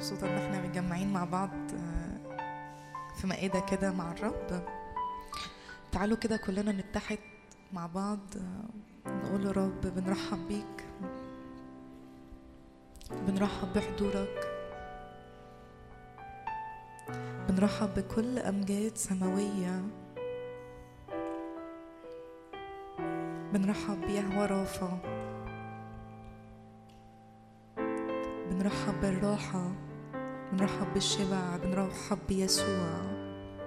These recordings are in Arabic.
مبسوطة ان احنا متجمعين مع بعض في مائدة كده مع الرب. تعالوا كده كلنا نتحد مع بعض، نقول يا رب بنرحب بيك، بنرحب بحضورك، بنرحب بكل أمجاد سماوية، بنرحب بيهوى رافع، بنرحب بالراحة، بنرحب بالشبع، بنرحب بيسوع.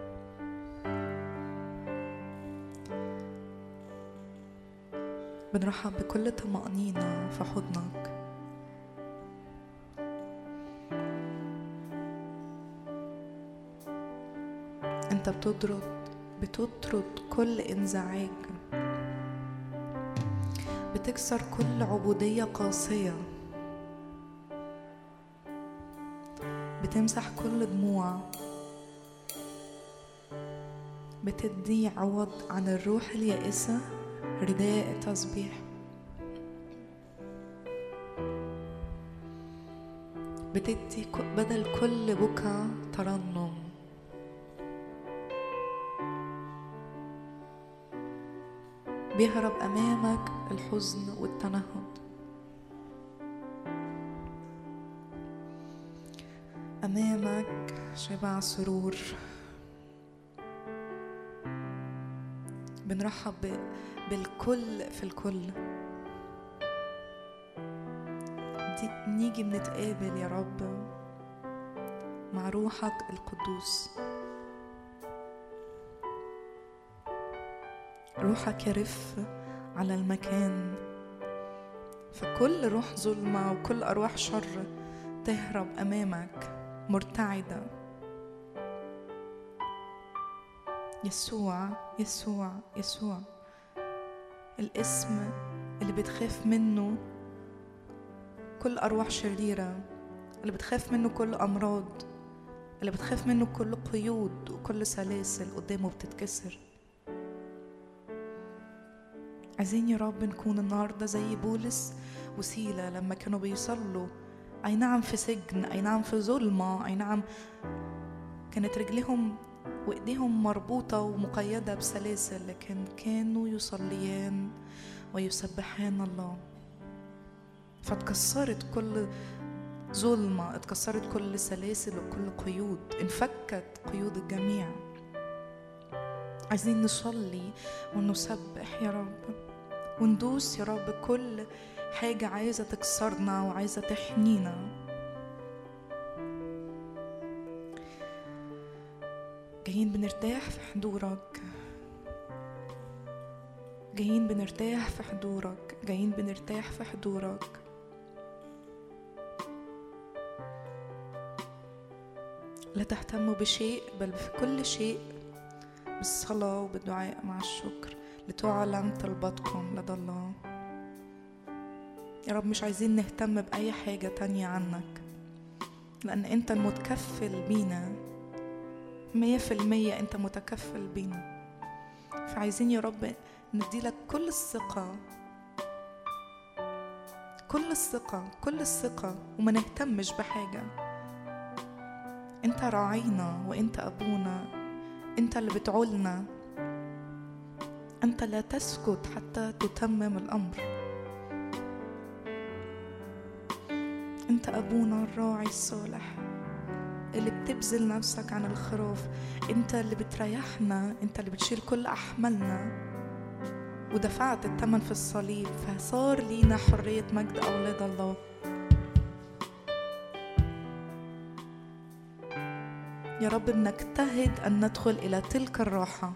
بنرحب بكل طمأنينة في حضنك. انت بتطرد كل انزعاج، بتكسر كل عبودية قاسية، بتمسح كل دموع، بتدي عوض عن الروح اليائسة رداء تسبيح، بتدي بدل كل بكا ترنم، بيهرب أمامك الحزن والتنهد، أمامك شبع سرور. بنرحب بالكل في الكل. نيجي بنتقابل يا رب مع روحك القدوس. روحك يرف على المكان، فكل روح ظلمة وكل أرواح شر تهرب أمامك مرتعدة. يسوع يسوع يسوع، الاسم اللي بتخاف منه كل أرواح شريرة، اللي بتخاف منه كل أمراض، اللي بتخاف منه كل قيود وكل سلاسل قدامه بتتكسر. عايزين يا رب نكون النهاردة زي بولس وسيلة لما كانوا بيصلوا، أي نعم في سجن، أي نعم في ظلمة، أي نعم كانت رجلهم وإيديهم مربوطة ومقيدة بسلاسل، لكن كانوا يصليان ويسبحان الله. فاتكسرت كل ظلمة، اتكسرت كل سلاسل وكل قيود، انفكت قيود الجميع. عايزين نصلي ونسبح يا رب، وندوس يا رب كل حاجة عايزة تكسرنا وعايزة تحنينا. جايين بنرتاح في حضورك، جايين بنرتاح في حضورك، جايين بنرتاح في حضورك. لا تهتموا بشيء بل في كل شيء بالصلاة وبالدعاء مع الشكر لتعلم طلباتكم لدى الله. يا رب مش عايزين نهتم بأي حاجة تانية عنك، لأن أنت المتكفل بينا 100%، أنت متكفل بينا. فعايزين يا رب نديلك كل الثقة، كل الثقة، كل الثقة، وما نهتمش بحاجة. أنت راعينا وأنت أبونا، أنت اللي بتعولنا، أنت لا تسكت حتى تتمم الأمر. أنت أبونا الراعي الصالح اللي بتبذل نفسك عن الخراف، أنت اللي بتريحنا، أنت اللي بتشيل كل أحمالنا ودفعت الثمن في الصليب، فصار لينا حرية مجد أولاد الله. يا رب بنجتهد أن ندخل إلى تلك الراحة.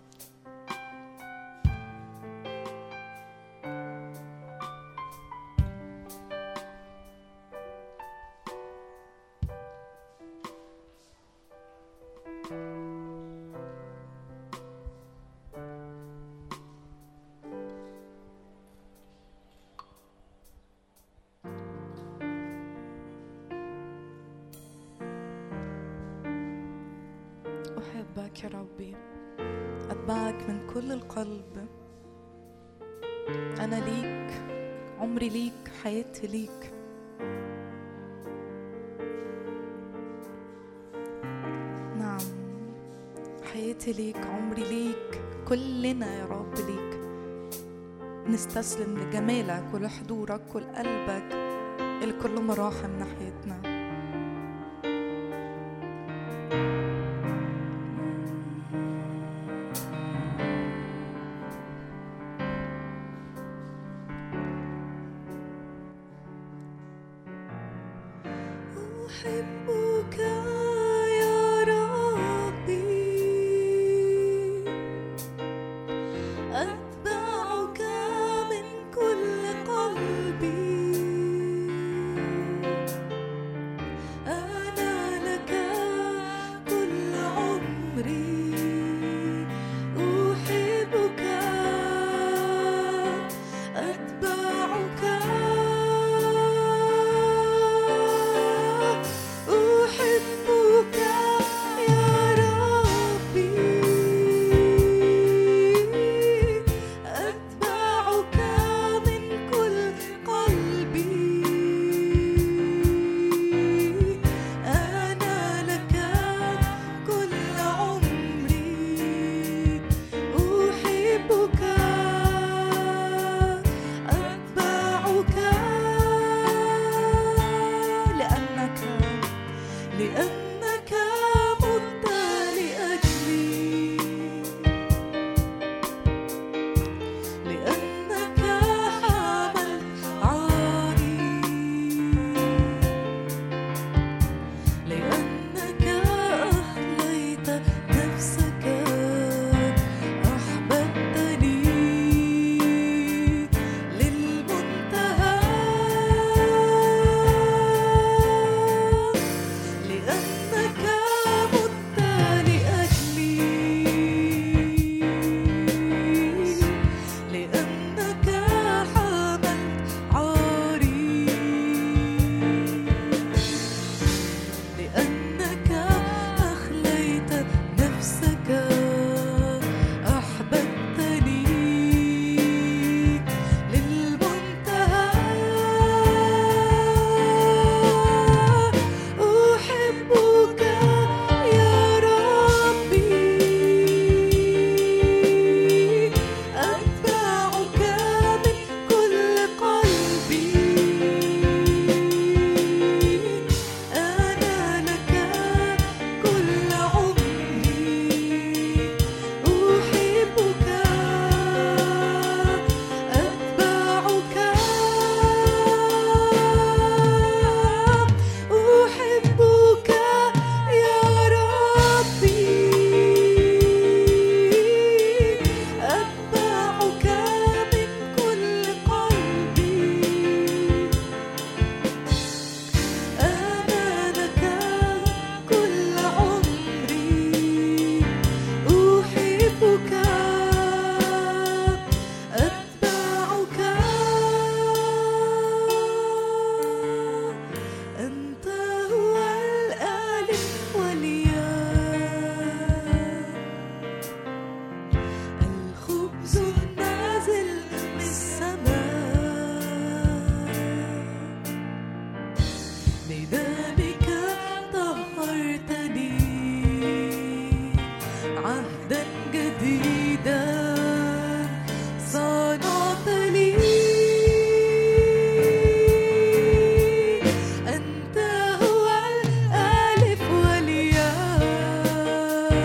أحبك يا ربي، أتبعك من كل القلب. أنا ليك، عمري ليك، حياتي ليك. حياتي ليك، عمري ليك، كلنا يا رب ليك. نستسلم لجمالك ولحضورك ولقلبك الكل مراحم ناحيتنا. أحبك يا ربي، أتبعك من كل قلبي، أنا لك كل عمري. أحبك أتبعك، أحبك يا ربي، أتبعك من كل قلبي، أنا لك كل عمري. أحبك أتبعك لأنك مت لأجلي، لأنك حملت عاري، لأنك أخليت نفسك، أحببتني للمنتهى، لأنك مت لأجلي، لأنك حملت عاري، لأنك أخليت نفسك، أحببتني للمنتهى. أحبك يا ربي، أتبعك من كل قلبي، أنا لك كل عمري. أحبك أتبعك، أحبك يا ربي، أتبعك من كل قلبي، أنا لك كل عمري. أحبك أتبعك، أنت هو الألف والياء، الخبز النازل من السماء، بدمك طهرتني عهدا جديدا، صنعت لي، أنت هو الألف والياء،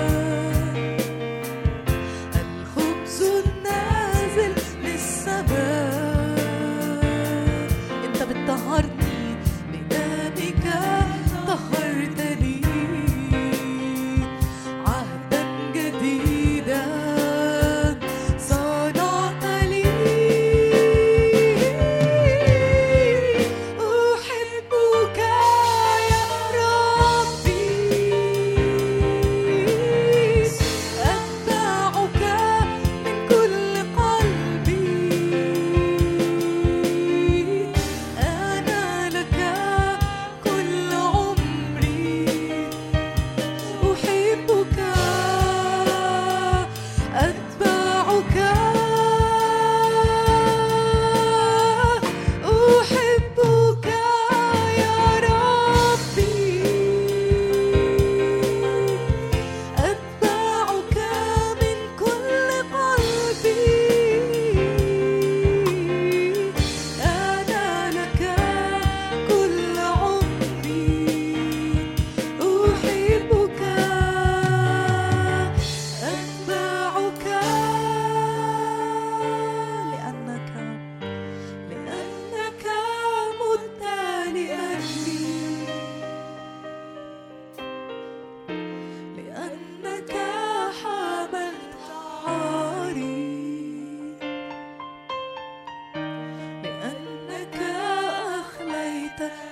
الخبز النازل من السماء. أنت بتطهرني، بدمك طهرتني عهدا جديدا، صنعت لي. أحبك يا ربي، أتبعك من كل قلبي، أنا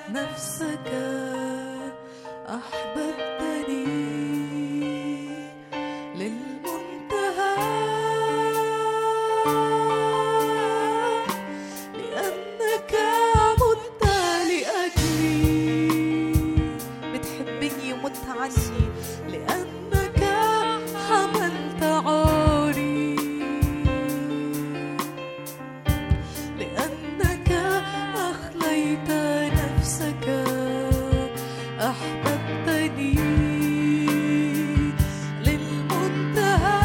نفسك أحببتني للمنتهى، لأنك مت لأجلي. بتحبني ومت عني، لأنك حملت عاري، لأنك أخليت نفسك أحببتني للمنتهى.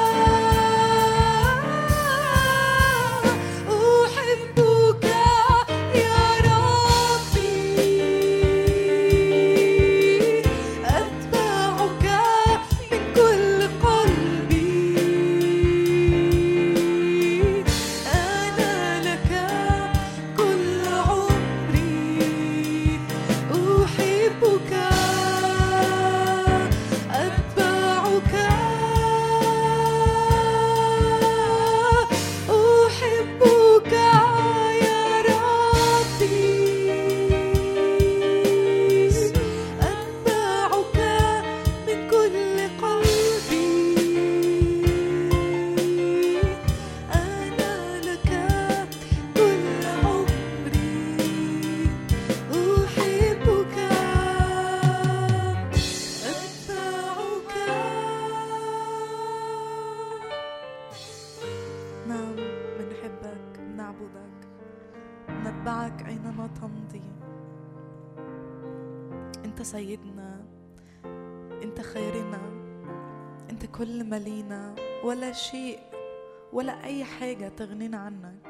أحبك يا ربي، أتبعك من كل قلبي، أنا لك كل عمري. أحبك أتبعك، أحبك يا ربي، أتبعك من كل قلبي، أنا لك كل عمري. أحبك أتبعك. نعم، بنحبك، بنعبدك، بنتبعك أينما تمضي. أنت سيدنا، أنت خيرنا، أنت كل ما لينا، ولا شيء ولا أي حاجة تغنينا عنك.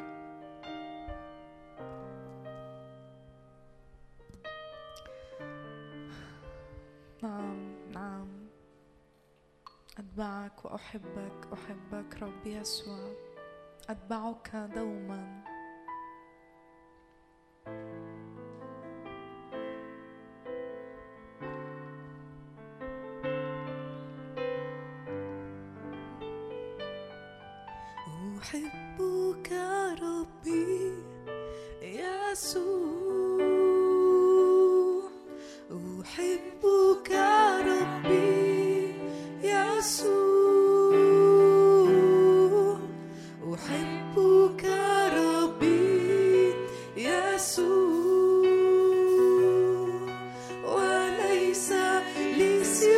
نعم نعم، أتبعك وأحبك، أحبك ربي يسوع، أتبعك دوما. أحبك ربي يسوع، أحبك ربي يسوع، أحبك ربي يسوع، وليس لي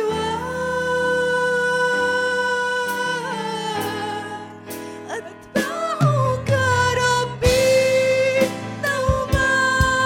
سواك. أتبعك ربي دوما،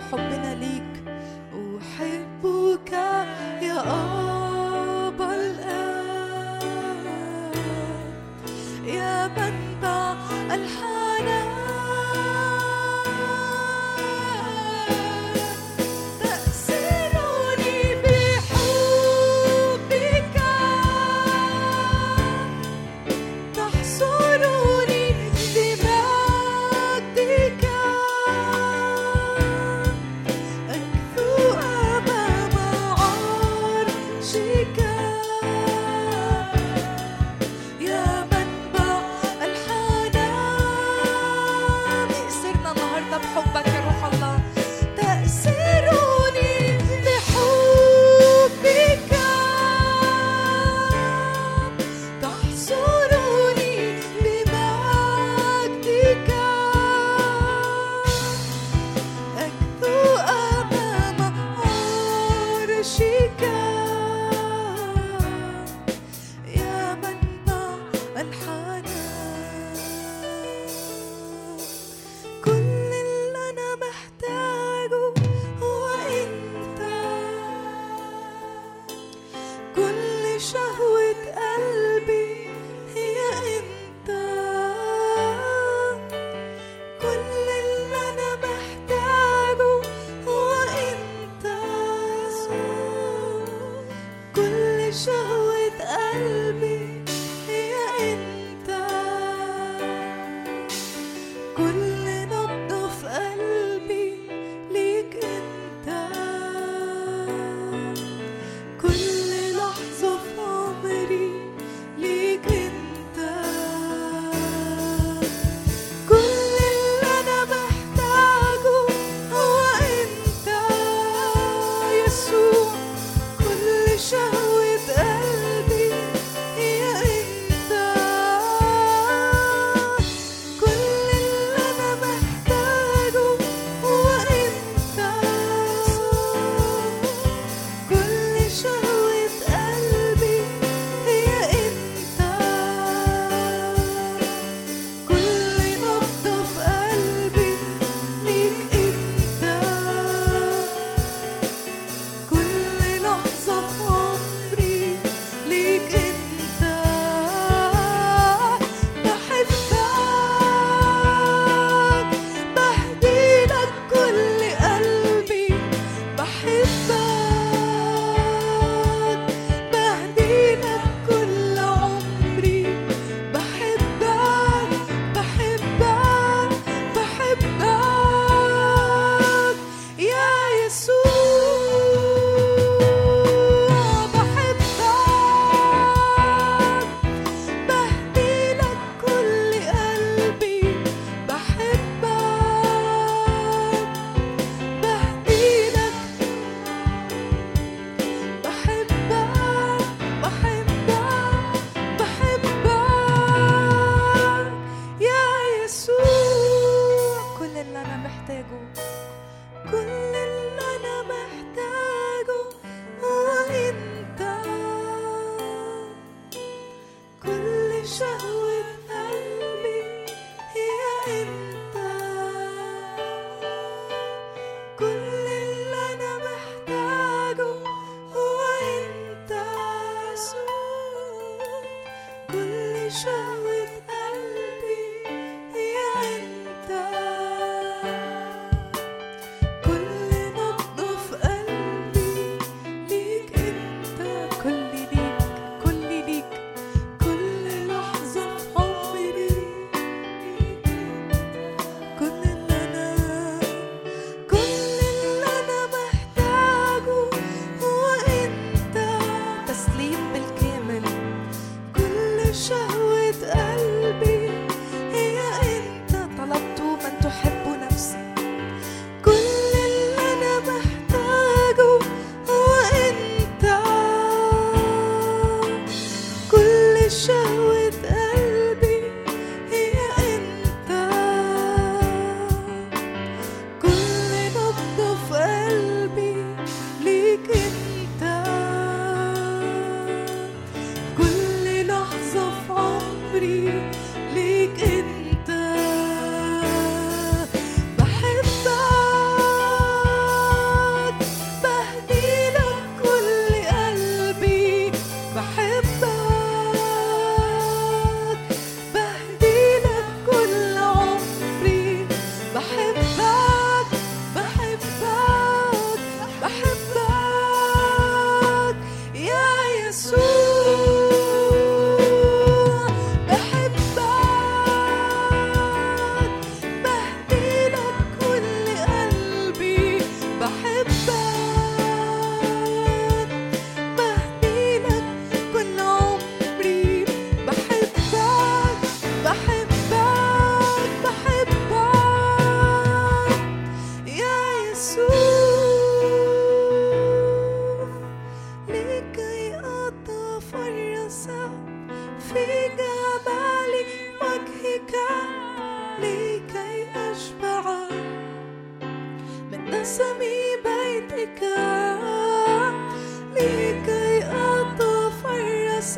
حبنا ليك. أحبك يا أبا الآب، يا منبع الحنان، تأسرني بحبك، تحصرني بمجدك، أكثو أمام عرشك، يا منبع الحنان. ائسرنا النهارده بحبك يا روح الله، تأسرني بحبك، تحصرني بمجدك، أكثو أمام عرشك، يا منبع الحنان. كل اللي أنا لكي أشبع من دسم بيتك، لكي أتفرس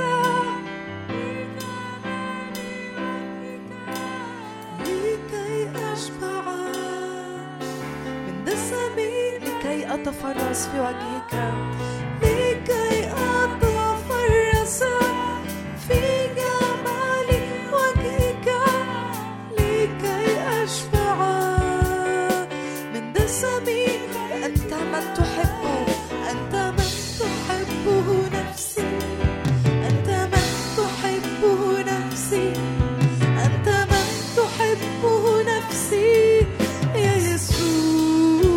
لكي أشبع من دسمي، لكي أتفرس في وجهك، لكي أتفرس في جمال وجهك، لكي أشبع من دسمي. أنت من تحبه، أنت من تحبه نفسي، أنت من تحبه نفسي، أنت من تحبه نفسي يا يسوع،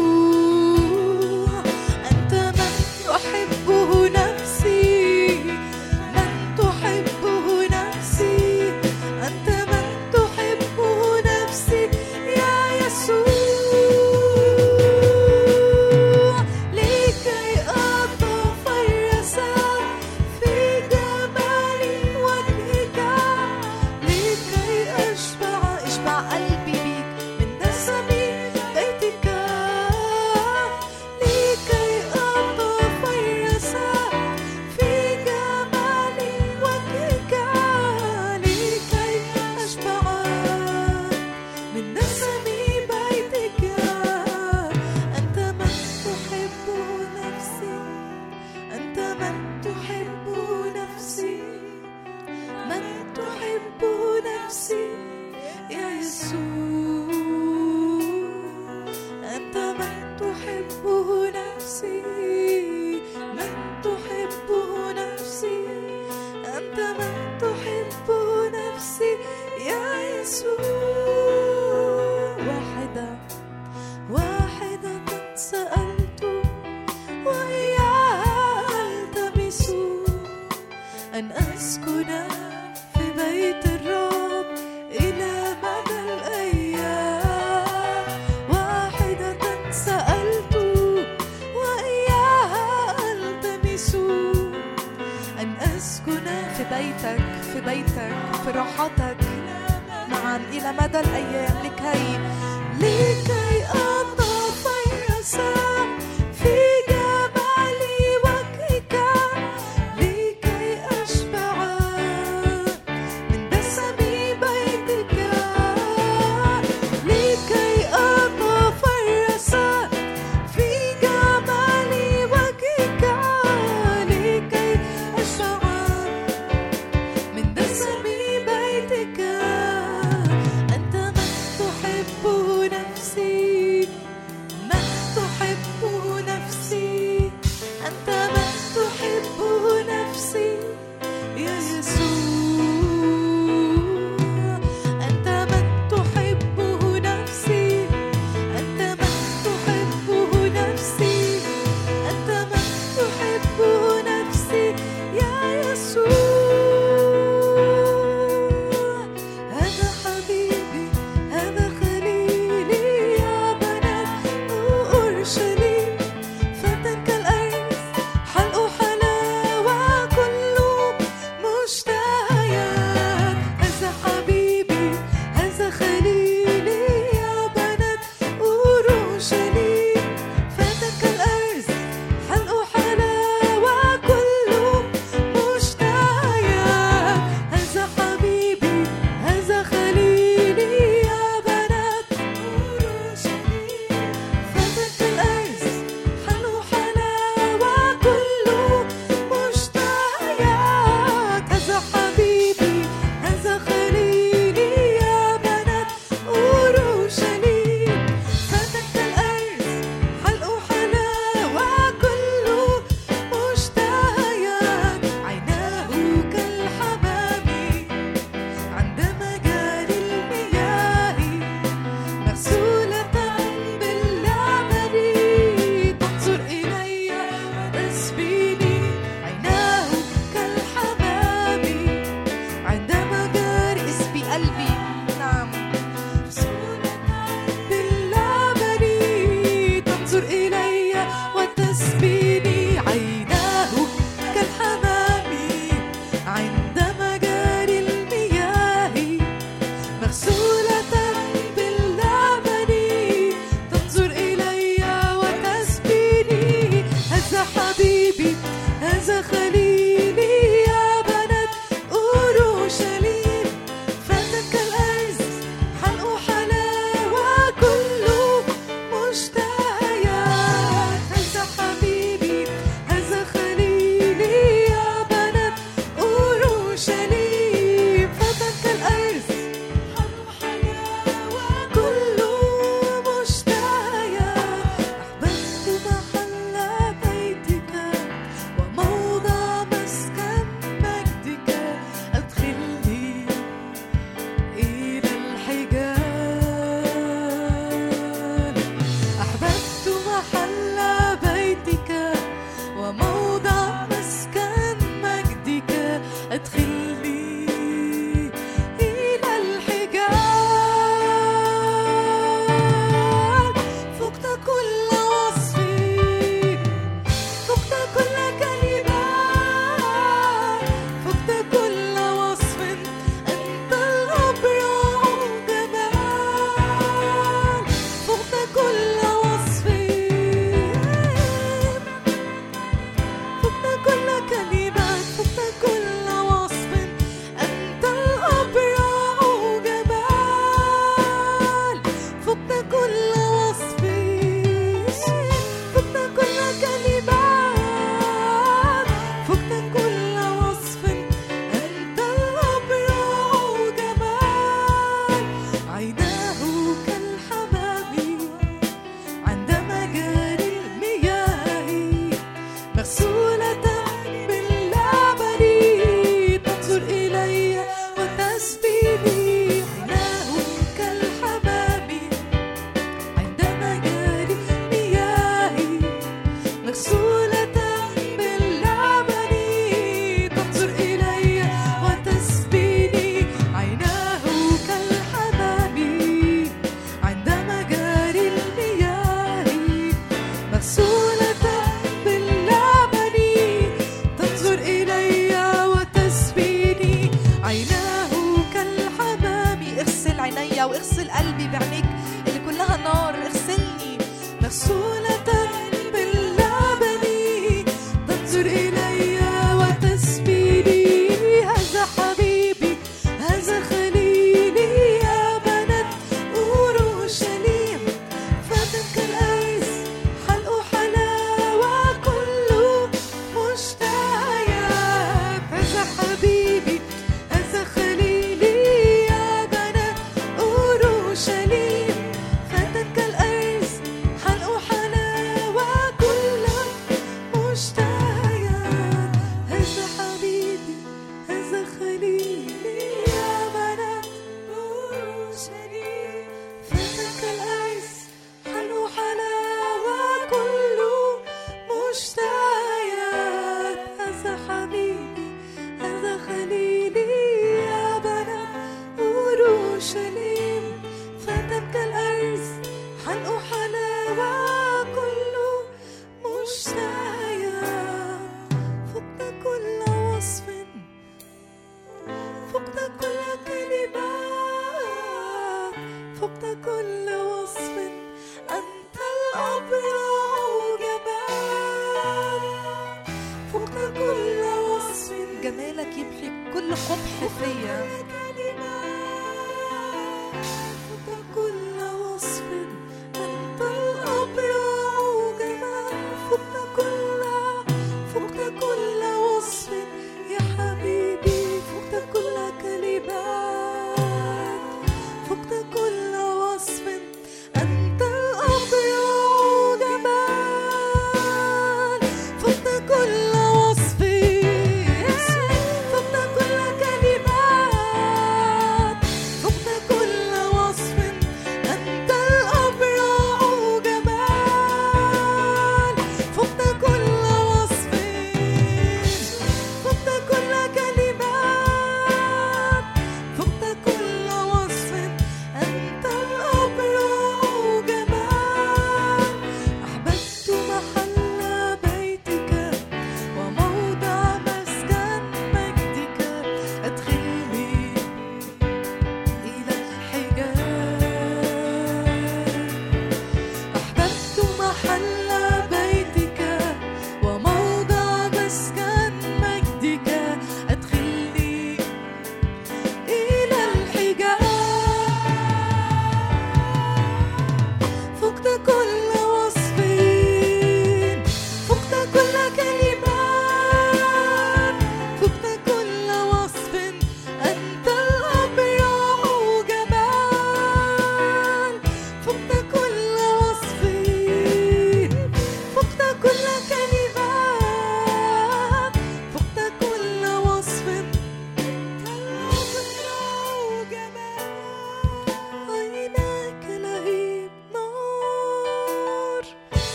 أنت من تحبه نفسي، من تحبه نفسي، أنت من تحبه نفسي يا يسوع، لكي أتفرس في جمال وجهك، لكي أشبع قلبي بيك من دسم بيتك، لكي أتفرس في جمال وجهك، لكي أشبع من دسم بيتك. أنت من تحب نفسي، أنت من تحب نفسي، من تحب نفسي يا يسوع، أنت من تحب نفسي، من تحب نفسي، أنت من تحب نفسي يا يسوع. واحدة سألت وإياها ألتمس، أن أسكن في بيت الرب إلى مدى الأيام. واحدة سألت وإياها ألتمس، أن أسكن في بيتك، في بيتك، في راحتك معا إلى مدى الأيام، لكي أتفرس في جمال وجهك، لكي أشبع من دسم بيتك، لكي أتفرس في جمال وجهك، لكي أشبع من دسم بيتك. أنت من تحب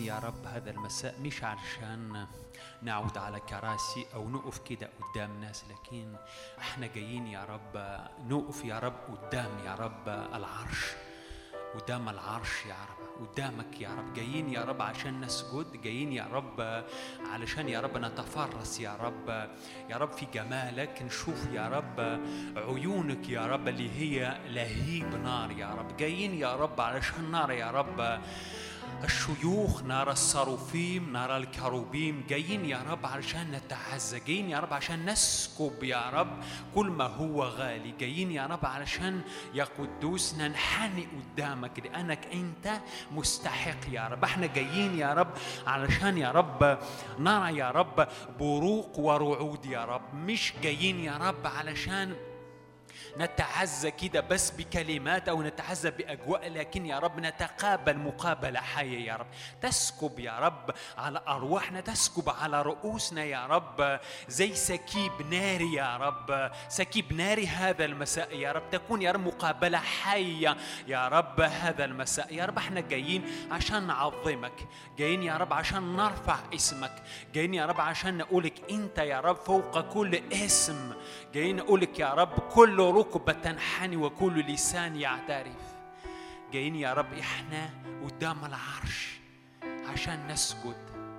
يا رب هذا المساء مش علشان نعود على كراسي أو نقف كده قدام ناس، لكن احنا جايين يا رب نقف يا رب قدام يا رب العرش، قدام العرش يا رب، قدامك يا رب. جايين يا رب عشان نسجد، جايين يا رب علشان يا رب نتفرس يا رب، يا رب في جمالك، نشوف يا رب عيونك يا رب اللي هي لهيب نار يا رب. جايين يا رب علشان نرى يا رب الشيوخ، نرى الصروفيم، نرى الكروبيم. جايين يا رب علشان نتعزى، جايين يا رب عشان نسكب يا رب كل ما هو غالي. جايين يا رب علشان يا قدوس ننحني قدامك لأنك أنت مستحق يا رب. احنا جايين يا رب علشان يا رب نرى يا رب بروق ورعود يا رب. مش جايين يا رب علشان نتعزى كده بس بكلمات أو نتعزى بأجواء، لكن يا رب نتقابل مقابلة حية يا رب. تسكب يا رب على أرواحنا، تسكب على رؤوسنا يا رب زي سكيب ناري يا رب، سكيب ناري هذا المساء يا رب. تكون يا رب مقابلة حية يا رب هذا المساء يا رب. احنا جايين عشان نعظمك، جايين يا رب عشان نرفع اسمك، جايين يا رب عشان نقولك أنت يا رب فوق كل اسم، جايين نقولك يا رب كل ركبة تنحني وكل لسان يعترف. جايين يا رب احنا قدام العرش عشان نسجد.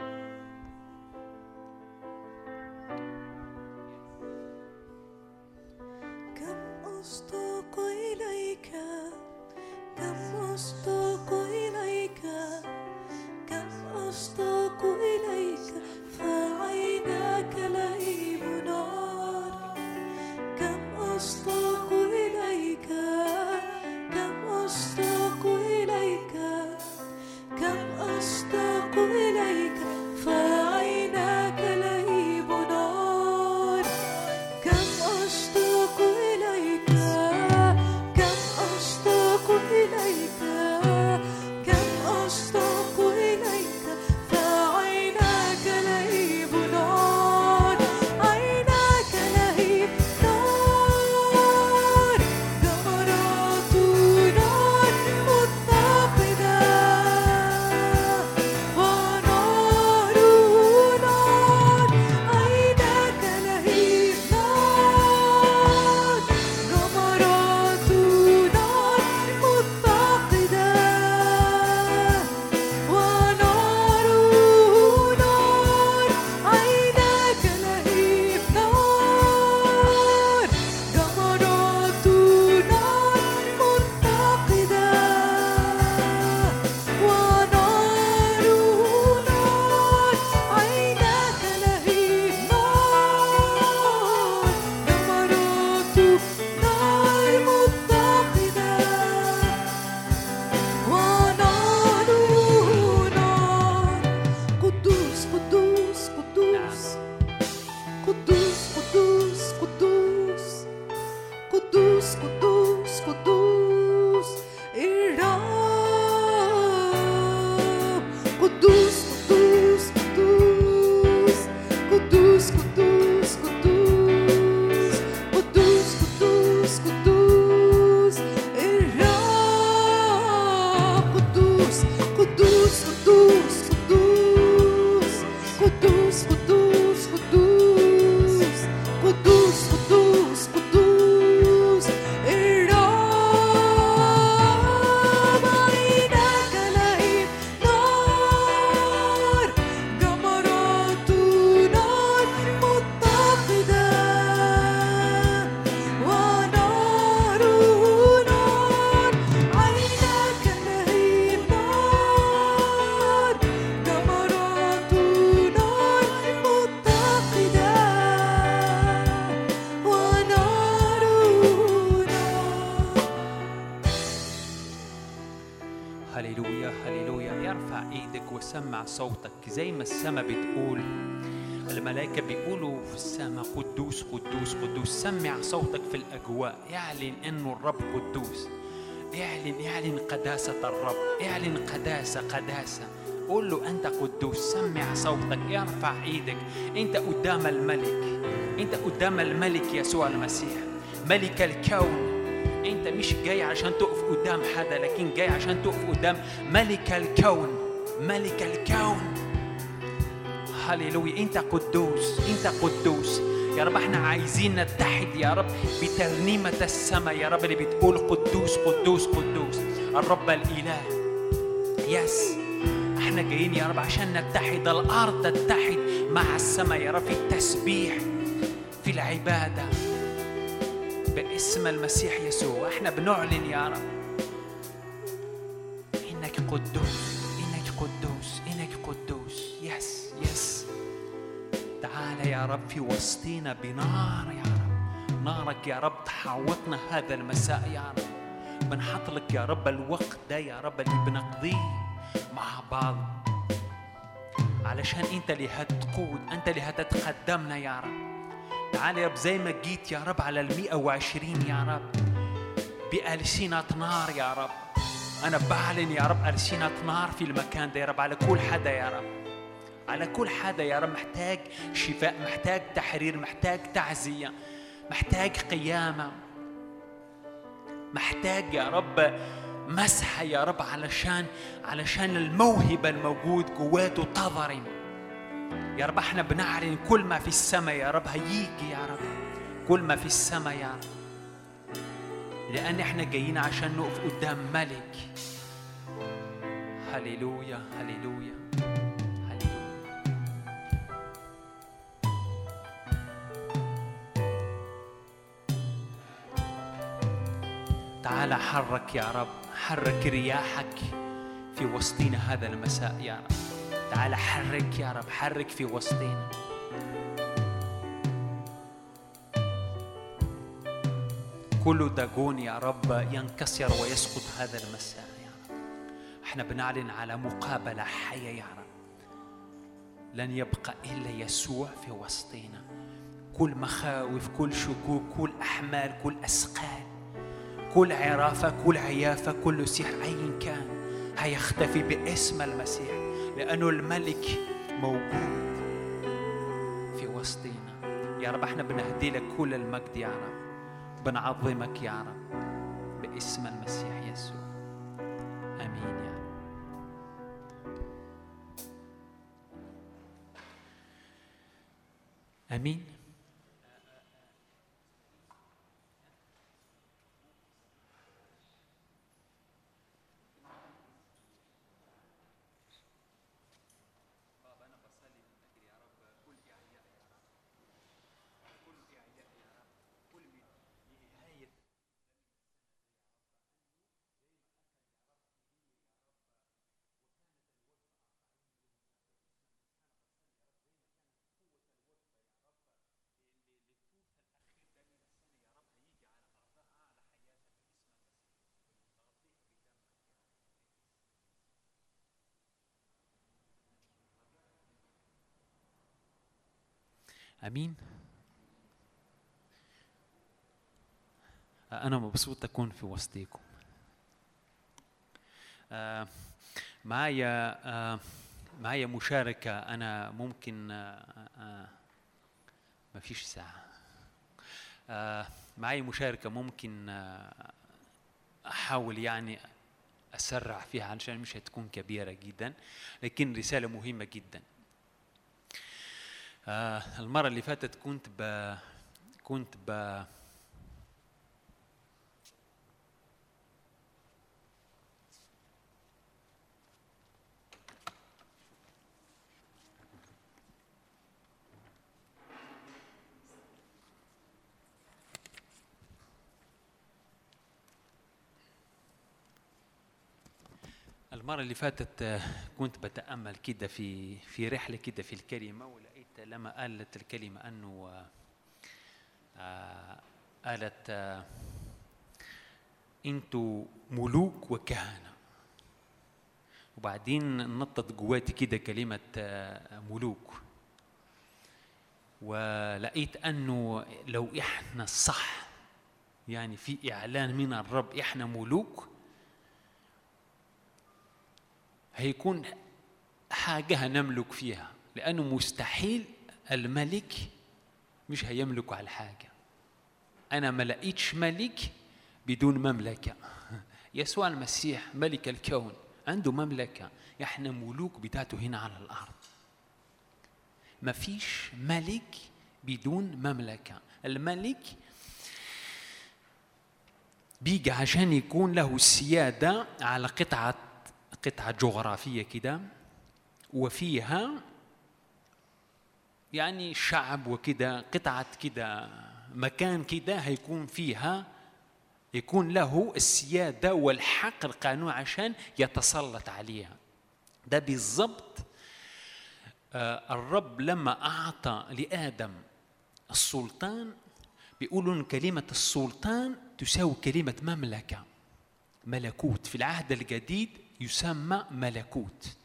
كم أشتاق إليك، كم أشتاق إليك، كم أشتاق إليك، فعيناك لهيب نار. كم أشتاق إليك، كم أشتاق إليك، كم أشتاق إليك، فعيناك لهيب نار. كم أشتاق إليك، كم أشتاق إليك، كم أشتاق إليك، فعيناك لهيب نار. عيناك لهيب نار، جمرات نار متقدة، ونار نار. عيناك لهيب نار، جمرات نار متقدة، ونار نار. عيناك لهيب نار، جمرات نار متقدة، ونار نار. عيناك لهيب نار، جمرات نار متقدة، ونار نار. قدوس قدوس قدوس قدوس قدوس قدوس قدوس قدوس قدوس الرب. قدوس قدوس قدوس قدوس قدوس قدوس قدوس قدوس قدوس الرب. قدوس قدوس قدوس قدوس قدوس قدوس قدوس قدوس قدوس قدوس الرب. عيناك لهيب نار، جمرات نار متقدة، ونار نار. عيناك لهيب نار، جمرات نار متقدة، ونار نار. هللويا هللويا. ارفع ايدك وسمع صوتك زي ما السماء بتقول، الملائكة بيقولوا في السماء قدوس قدوس قدوس. سمع صوتك في الأجواء، اعلن انه الرب قدوس، اعلن قداسة الرب، اعلن قداسة. قول له أنت قدوس. سمع صوتك، ارفع ايدك. أنت قدام الملك، أنت قدام الملك يسوع المسيح ملك الكون. أنت مش جاي عشان تقف قدام حدا، لكن جاي عشان تقف قدام ملك الكون. ملك الكون. هللويا. أنت قدوس، أنت قدوس يا رب. احنا عايزين نتحد يا رب بترنيمة السماء يا رب اللي بتقول قدوس قدوس قدوس الرب الإله. يس، احنا جايين يا رب عشان نتحد، الأرض تتحد مع السماء يا رب في التسبيح، في العبادة باسم المسيح يسوع. احنا بنعلن يا رب إنك قدوس، إنك قدوس، إنك قدوس. يس يس. تعال يا رب في وسطينا بنار يا رب، نارك يا رب تحوطنا هذا المساء يا رب. بنحط لك يا رب الوقت ده يا رب اللي بنقضيه مع بعض، علشان انت اللي هتقود، انت اللي هتتقدمنا يا رب. تعال يا رب زي ما جيت يا رب على 120 يا رب بألسنة نار يا رب. أنا بعلن يا رب ألسنة نار في المكان ده يا رب على كل حدا يا رب، على كل حدا يا رب محتاج شفاء، محتاج تحرير، محتاج تعزية، محتاج قيامة، محتاج يا رب مسحة يا رب علشان الموهبة الموجود جواته تظهر يا رب. احنا بنعلن كل ما في السماء يا رب هيجي يا رب، كل ما في السماء يا رب، لأن احنا جايين عشان نقف قدام ملك. هللويا هللويا هللويا. تعال حرك يا رب، حرك رياحك في وسطنا هذا المساء يا رب. تعال حرك يا رب، حرك في وسطنا. كل داجون يا رب ينكسر ويسقط هذا المساء يا رب. احنا بنعلن على مقابلة حية يا رب، لن يبقى إلا يسوع في وسطنا. كل مخاوف، كل شكوك، كل أحمال، كل أثقال، كل عرافة، كل عيافة، كل سحر أيا كان هيختفي باسم المسيح، لأنه الملك موجود في وسطنا يا رب. احنا بنهدي لك كل المجد يا رب، بنعظمك يا رب باسم المسيح يسوع. آمين يا رب. آمين. أمين. أنا مبسوط أكون في وسطكم. معايا مشاركة. أنا ممكن ما فيش ساعة. معايا مشاركة ممكن أحاول يعني أسرع فيها علشان مش هتكون كبيرة جدا، لكن رسالة مهمة جدا. المرة اللي فاتت كنت المرة اللي فاتت كنت بتأمل كده في رحلة كده في الكلمة، ولقيت لما قالت الكلمة أنه قالت أنتوا ملوك وكهنة، وبعدين نطت جواتي كده كلمة ملوك، ولقيت أنه لو إحنا صح يعني في إعلان من الرب إحنا ملوك، هيكون حاجة هنملك فيها، لأنه مستحيل الملك مش هيملك على حاجة. أنا ما لقيتش ملك بدون مملكة. يسوع المسيح ملك الكون عنده مملكة. احنا ملوك بتاعته هنا على الأرض. ما فيش ملك بدون مملكة. الملك بيجي عشان يكون له السيادة على قطعة جغرافية كده، وفيها يعني شعب وكده، قطعة كده، مكان كده هيكون فيها، يكون له السيادة والحق القانون عشان يتسلط عليها. ده بالضبط الرب لما أعطى لآدم السلطان، بيقولوا إن كلمة السلطان تساوي كلمة مملكة، ملكوت. في العهد الجديد يسمى ملكوت.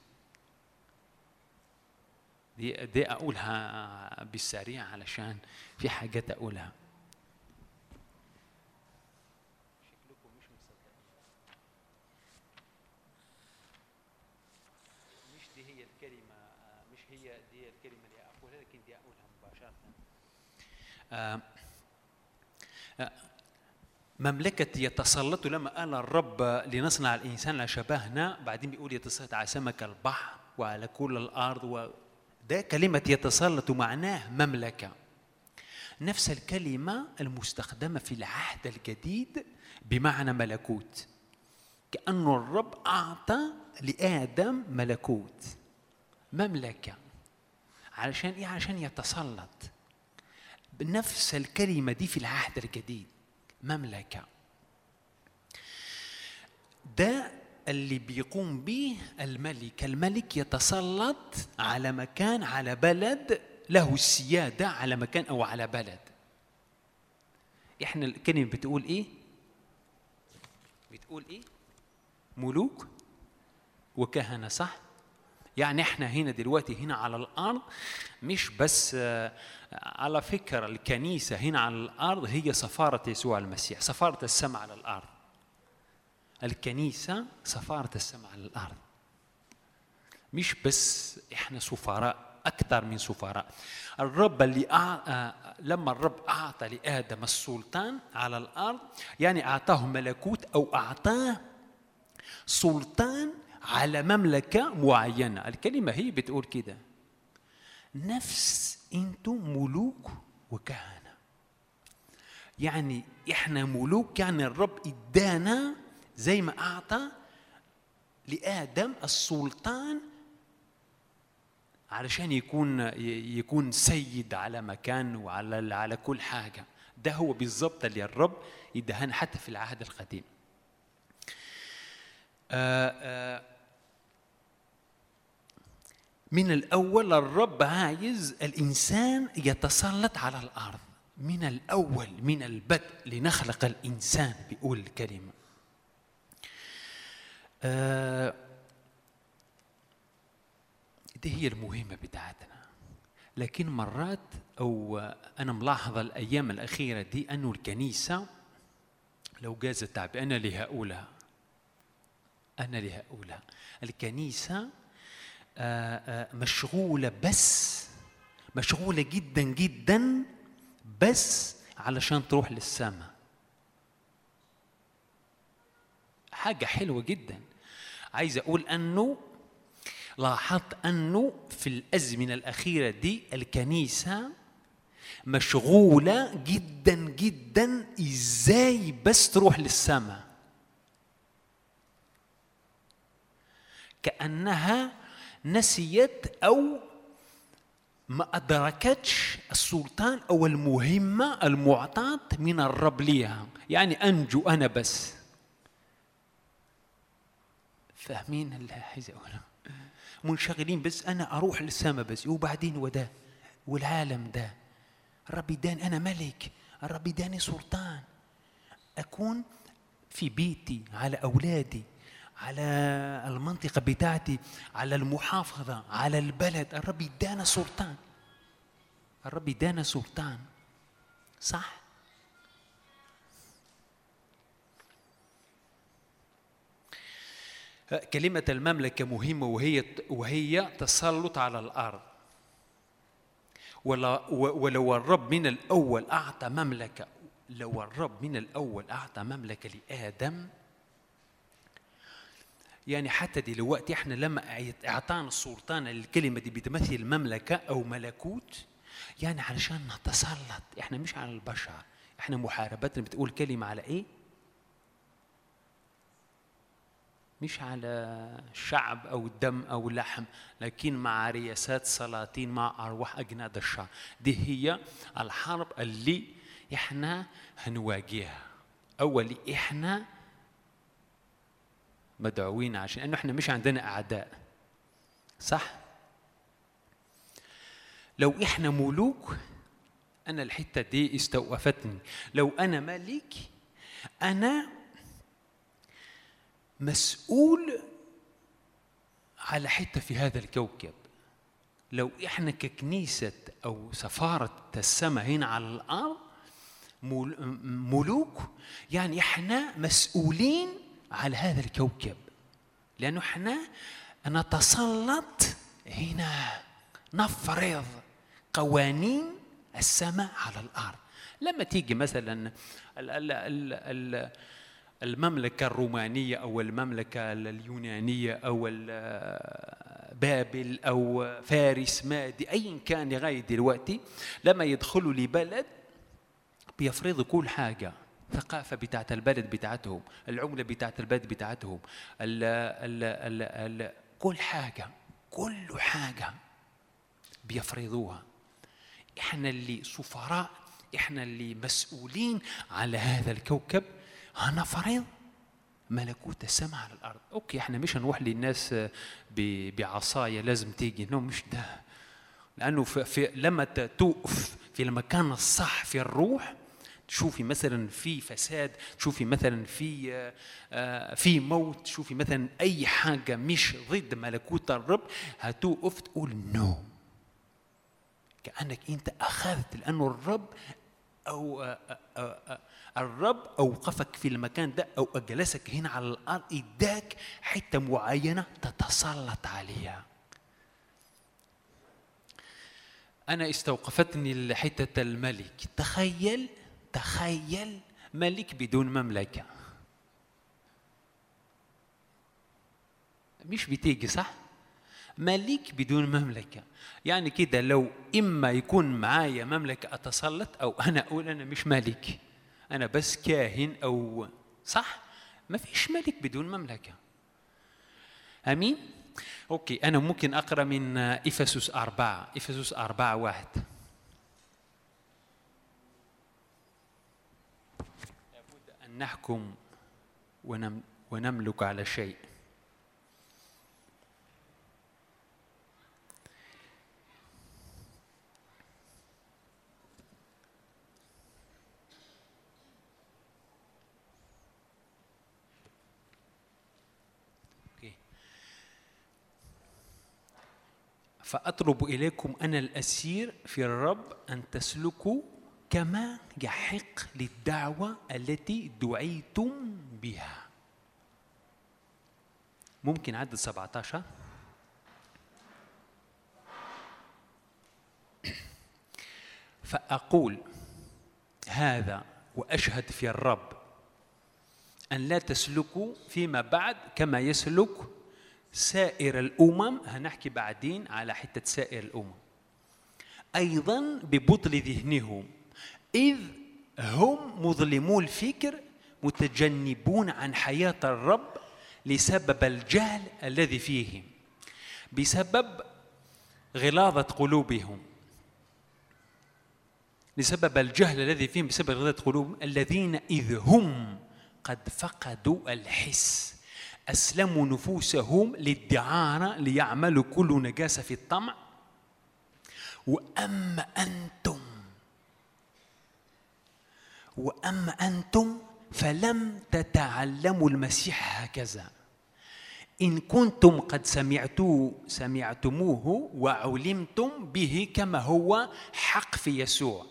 دي أقولها بالسريع علشان في حاجات أقولها. مملكة يتسلط، لما قال الرب لنصنع الإنسان على شبهنا، بعدين بيقول يتسلط على سمك البحر وعلى كل الأرض. ده كلمة يتسلط معناه مملكة. نفس الكلمة المستخدمة في العهد الجديد بمعنى ملكوت، كأنه الرب أعطى لآدم ملكوت، مملكة. علشان إيه؟ عشان يتسلط. بنفس الكلمة دي في العهد الجديد، مملكة. ده اللي بيقوم به الملك. الملك يتسلط على مكان، على بلد، له السيادة على مكان أو على بلد. إحنا الكلمة بتقول إيه؟ بتقول إيه؟ ملوك وكهنة، صح؟ يعني إحنا هنا دلوقتي هنا على الأرض، مش بس على فكرة الكنيسة هنا على الأرض هي سفارة يسوع المسيح، سفارة السماء على الأرض. الكنيسة سفارة السماء على الأرض، مش بس إحنا سفراء، أكثر من سفراء. الرب اللي لما الرب أعطى لآدم السلطان على الأرض، يعني أعطاه ملكوت أو أعطاه سلطان على مملكة معينة. الكلمة هي بتقول كده، نفس أنتم ملوك وكهنة. يعني إحنا ملوك، يعني الرب إدانا زي ما أعطى لآدم السلطان علشان يكون سيد على مكان وعلى كل حاجة. ده هو بالضبط اللي الرب يدهن حتى في العهد القديم. من الأول الرب عايز الإنسان يتسلط على الأرض، من الأول، من البدء لنخلق الإنسان، بيقول الكلمة. دي هي المهمة بتاعتنا. لكن مرات، أو أنا ملاحظ الأيام الأخيرة دي، أنه الكنيسة لو جاز التعبير، أنا لهؤلاء الكنيسة مشغولة جدا جدا بس علشان تروح للسماء. حاجة حلوة جدا. عايز أقول أنه لاحظت أنه في الأزمنة الأخيرة دي الكنيسة مشغولة جدا جدا إزاي بس تروح للسماء، كأنها نسيت أو ما أدركتش السلطان أو المهمة المعطاة من الرب ليها. يعني أنجو أنا بس. فاهمين اللي عايز أقوله؟ منشغلين بس أنا أروح للسماء بس، وبعدين وده والعالم ده. الرب يداني أنا ملك، الرب يداني سلطان أكون في بيتي، على أولادي، على المنطقة بتاعتي، على المحافظة، على البلد. الرب يدانا سلطان، الرب يدانا سلطان، صح؟ كلمة المملكة مهمة، وهي تسلط على الأرض. ولو الرب من الأول أعطى مملكة، لو الرب من الأول أعطى مملكة لآدم، يعني حتى دلوقتي احنا لما اعطانا السلطان الكلمة دي بتمثل مملكة او ملكوت، يعني علشان نتسلط احنا مش على البشر. احنا محاربتنا بتقول كلمة على ايه؟ مش على الشعب او الدم او اللحم، لكن مع رياسات سلاطين، مع ارواح اجناد الشر. دي هي الحرب اللي احنا هنواجهها. اول احنا مدعوين عشان انه احنا مش عندنا اعداء، صح؟ لو احنا ملوك، انا الحته دي استوقفتني، لو انا ملك انا مسؤول على حته في هذا الكوكب. لو احنا ككنيسه او سفاره السماء هنا على الارض ملوك، يعني احنا مسؤولين على هذا الكوكب، لانه احنا نتسلط هنا، نفرض قوانين السماء على الارض. لما تيجي مثلا المملكه الرومانيه او المملكه اليونانيه او بابل او فارس مادي ايا كان لغايه دلوقتي، لما يدخلوا لبلد بيفرضوا كل حاجه، الثقافة بتاعت البلد بتاعتهم، العملة بتاعت البلد بتاعتهم، كل حاجة بيفرضوها. احنا اللي سفراء، احنا اللي مسؤولين على هذا الكوكب، هنفرض ملكوت السماء على الأرض. أوكي، احنا مش هنروح للناس بعصاية لازم تيجي، نو مش ده، لأنه لما توقف في المكان الصح في الروح، تشوفي مثلا في فساد، تشوفي مثلا في موت، تشوفي مثلا اي حاجه مش ضد ملكوت الرب، هتوقف تقول نو، كانك انت اخذت، لانه الرب اوقفك في المكان ده او اجلسك هنا على الارض، اداك حته معينه تتسلط عليها. انا استوقفتني حته الملك. تخيل ملك بدون مملكة، مش بتيجي صح؟ ملك بدون مملكة، يعني كده لو إما يكون معايا مملكة أتسلط، أو أنا أقول أنا مش ملك، أنا بس كاهن، أو صح؟ ما فيش ملك بدون مملكة. أمين؟ أوكي، أنا ممكن أقرأ من إفسس 4:1. نحكم ونملك على شيء. فأطلب إليكم أنا الأسير في الرب أن تسلكوا كما يحق للدعوة التي دعيتم بها. ممكن عدد 17. فأقول هذا وأشهد في الرب أن لا تسلكوا فيما بعد كما يسلك سائر الأمم. هنحكي بعدين على حتة سائر الأمم. أيضا ببطل ذهنهم إذ هم مظلمو الفكر متجنبون عن حياة الرب لسبب الجهل الذي فيهم بسبب غلاظة قلوبهم، لسبب الجهل الذي فيهم بسبب غلاظة قلوبهم، الذين إذ هم قد فقدوا الحس أسلموا نفوسهم للدعارة ليعملوا كل نجاسة في الطمع. وأما أنتم فلم تتعلموا المسيح هكذا إن كنتم قد سمعتموه وعلمتم به كما هو حق في يسوع.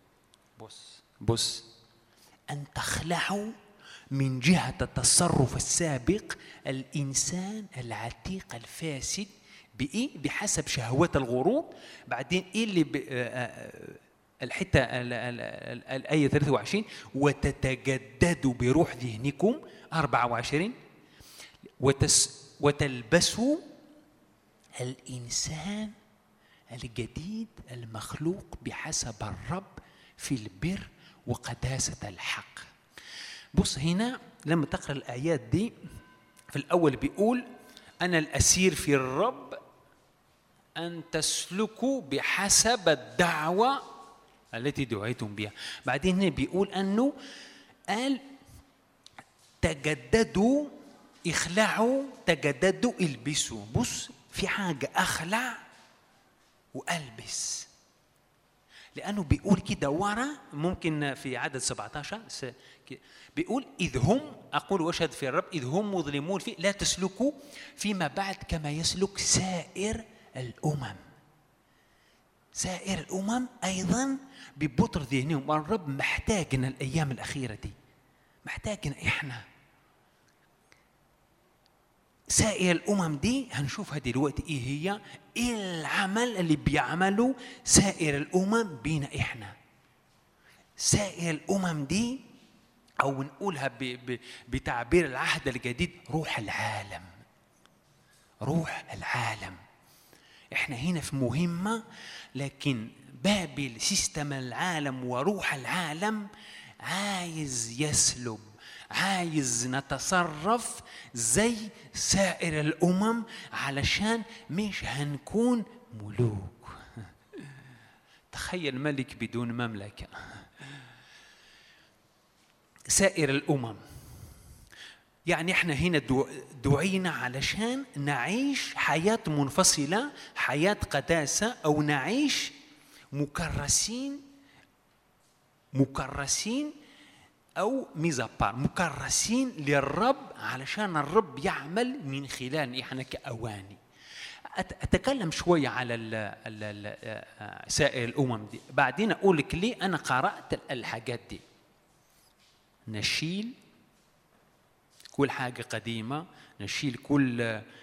بص أن تخلعوا من جهة التصرف السابق الإنسان العتيق الفاسد بإيه؟ بحسب شهوات الغروب. بعدين إيه اللي الحتة الآية 23 وتتجددوا بروح ذهنكم 24 وتلبسوا الإنسان الجديد المخلوق بحسب الرب في البر وقداسة الحق. بص هنا لما تقرأ الآيات دي في الأول بيقول أنا الأسير في الرب أن تسلكوا بحسب الدعوة التي دعيتم بها. بعدين هنا بيقول أنه قال تجددوا، اخلعوا، تجددوا، البسوا. بص في حاجة أخلع وألبس، لأنه بيقول كده ورا ممكن في عدد 17 بيقول إذ هم، أقول وأشهد في الرب، إذ هم مظلمون فيه لا تسلكوا فيما بعد كما يسلك سائر الأمم. سائر الأمم أيضا ببطر ذهنهم، والرب محتاجنا الأيام الأخيرة دي، محتاجنا إحنا. سائر الأمم دي هنشوفها دلوقتي إيه العمل اللي بيعمله سائر الأمم بينا إحنا. سائر الأمم دي أو نقولها بتعبير العهد الجديد روح العالم. روح العالم. إحنا هنا في مهمة، لكن بابل سيستم العالم وروح العالم عايز يسلب، عايز نتصرف زي سائر الأمم علشان مش هنكون ملوك. تخيل ملك بدون مملكة. سائر الأمم يعني احنا هنا دعينا علشان نعيش حياة منفصلة، حياة قداسة، أو نعيش مكرسين أو ميزابار، مكرسين للرب علشان الرب يعمل من خلال إحنا كأواني. أتكلم شوية على سائر الأمم دي، بعدين أقول لك ليه أنا قرأت الحاجات دي. نشيل كل حاجة قديمة، نشيل كل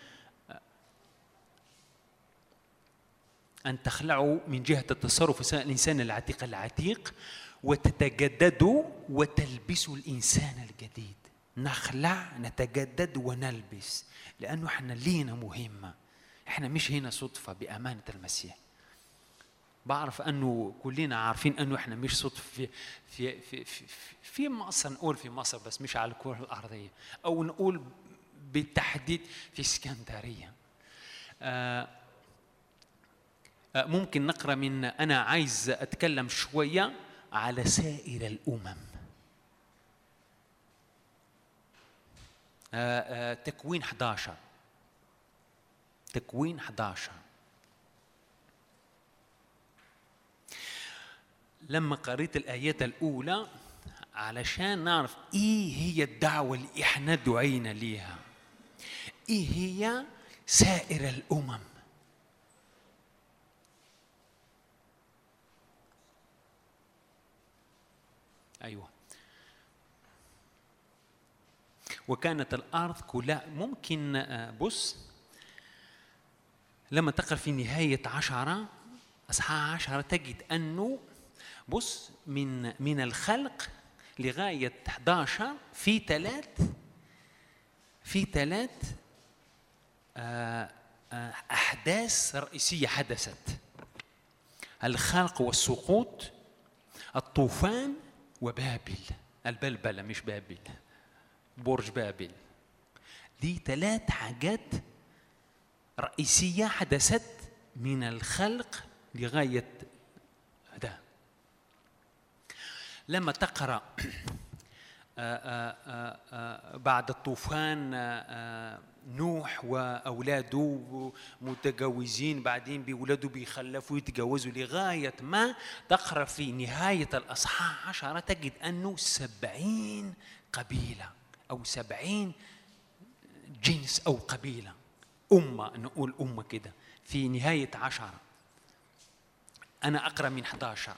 أن تخلعوا من جهة التصرف الإنسان العتيق وتتجددوا وتلبسوا الإنسان الجديد. نخلع، نتجدد، ونلبس، لأنه إحنا لينا مهمة. إحنا مش هنا صدفة بأمانة المسيح. بعرف أنه كلنا عارفين أنه إحنا مش صدفة في مصر، نقول في مصر بس مش على الكرة الأرضية، أو نقول بالتحديد في اسكندرية. ممكن نقرأ من، أنا عايز أتكلم شوية على سائر الأمم. تكوين 11. تكوين 11 لما قريت الآيات الأولى علشان نعرف إيه هي الدعوة اللي إحنا دعينا ليها، إيه هي سائر الأمم. أيوة. وكانت الأرض كلها، ممكن بص لما تقرأ في نهاية 10 أصحاح 10 تجد أنه بص من الخلق لغاية 11 في ثلاث أحداث رئيسية حدثت: الخلق والسقوط، الطوفان، وبابل. البلبلة مش بابل، برج بابل. دي 3 حاجات رئيسية حدثت من الخلق لغاية ده. لما تقرأ بعد الطوفان نوح وأولاده متجوزين، بعدين بيولدوا بيخلفوا يتجوزوا، لغاية ما تقرأ في نهاية الأصحاح 10 تجد أنه 70 قبيلة أو 70 جنس أو قبيلة، أمة، نقول أمة كده في نهاية 10. أنا أقرأ من 11،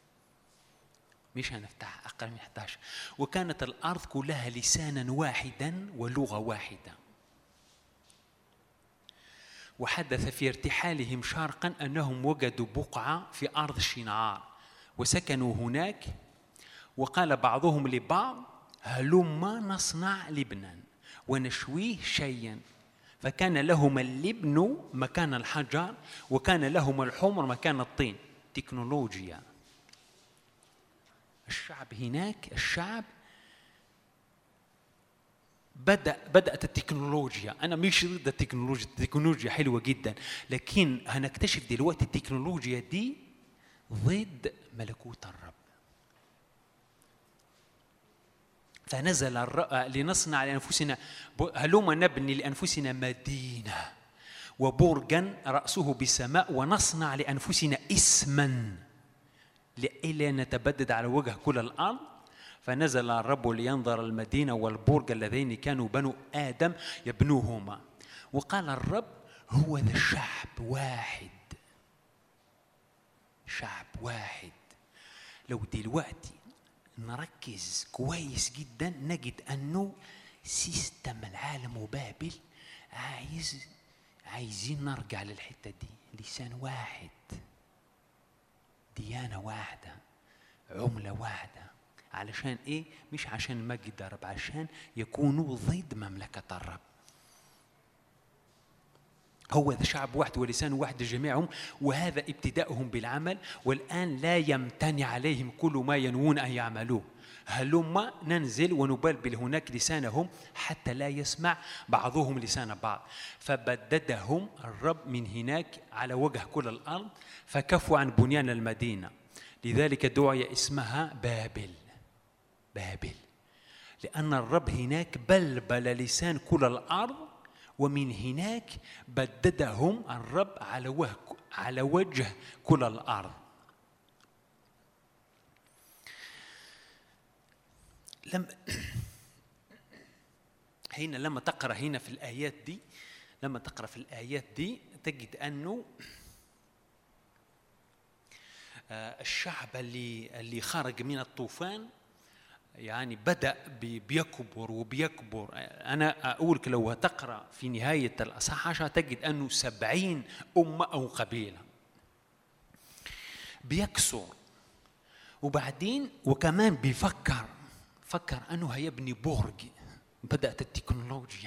مش هنفتح، أقرأ من 11. وكانت الأرض كلها لسانا واحدا ولغة واحدة. وحدث في ارتحالهم شرقا أنهم وجدوا بقعة في أرض شنعار وسكنوا هناك. وقال بعضهم لبعض هلما نصنع لبنا ونشويه شيئا. فكان لهما اللبن مكان الحجر وكان لهما الحمر مكان الطين. تكنولوجيا. الشعب هناك، الشعب بدأت التكنولوجيا. أنا مش ضد التكنولوجيا، التكنولوجيا حلوة جدا، لكن هنكتشف دلوقتي التكنولوجيا دي ضد ملكوت الرب. فنزل لنصنع لأنفسنا، هلوما نبني لأنفسنا مدينة وبرجا رأسه بالسماء ونصنع لأنفسنا اسما لئلا نتبدد على وجه كل الأرض. فنزل الرب لينظر المدينة والبرج اللذين كانوا بنو آدم يبنوهما. وقال الرب هو ذا شعب واحد، شعب واحد. لو دلوقتي نركز كويس جدا نجد أنه سيستم العالم وبابل عايزين نرجع للحتة دي. لسان واحد، ديانة واحدة، عملة واحدة. علشان إيه؟ مش عشان مجد الرب، عشان يكونوا ضد مملكة الرب. هو ذا شعب واحد ولسان واحد جميعهم، وهذا ابتداؤهم بالعمل، والآن لا يمتنع عليهم كل ما ينوون أن يعملوه. هلما ننزل ونبلبل هناك لسانهم حتى لا يسمع بعضهم لسان بعض. فبددهم الرب من هناك على وجه كل الأرض، فكفوا عن بنيان المدينة. لذلك دعي اسمها بابل، بابل، لأن الرب هناك بلبل لسان كل الأرض، ومن هناك بددهم الرب على وجه كل الأرض. لما تقرأ هنا في الآيات دي، لما تقرأ في الآيات دي تجد أنه الشعب اللي خرج من الطوفان يعني بدأ بيكبر وبيكبر. أنا أقول لو تقرأ في نهاية الأصحاح 10 تجد أنه 70 أمة أو قبيلة بيكسر، وبعدين وكمان بيفكر أنه هيبني برج. بدأت التكنولوجيا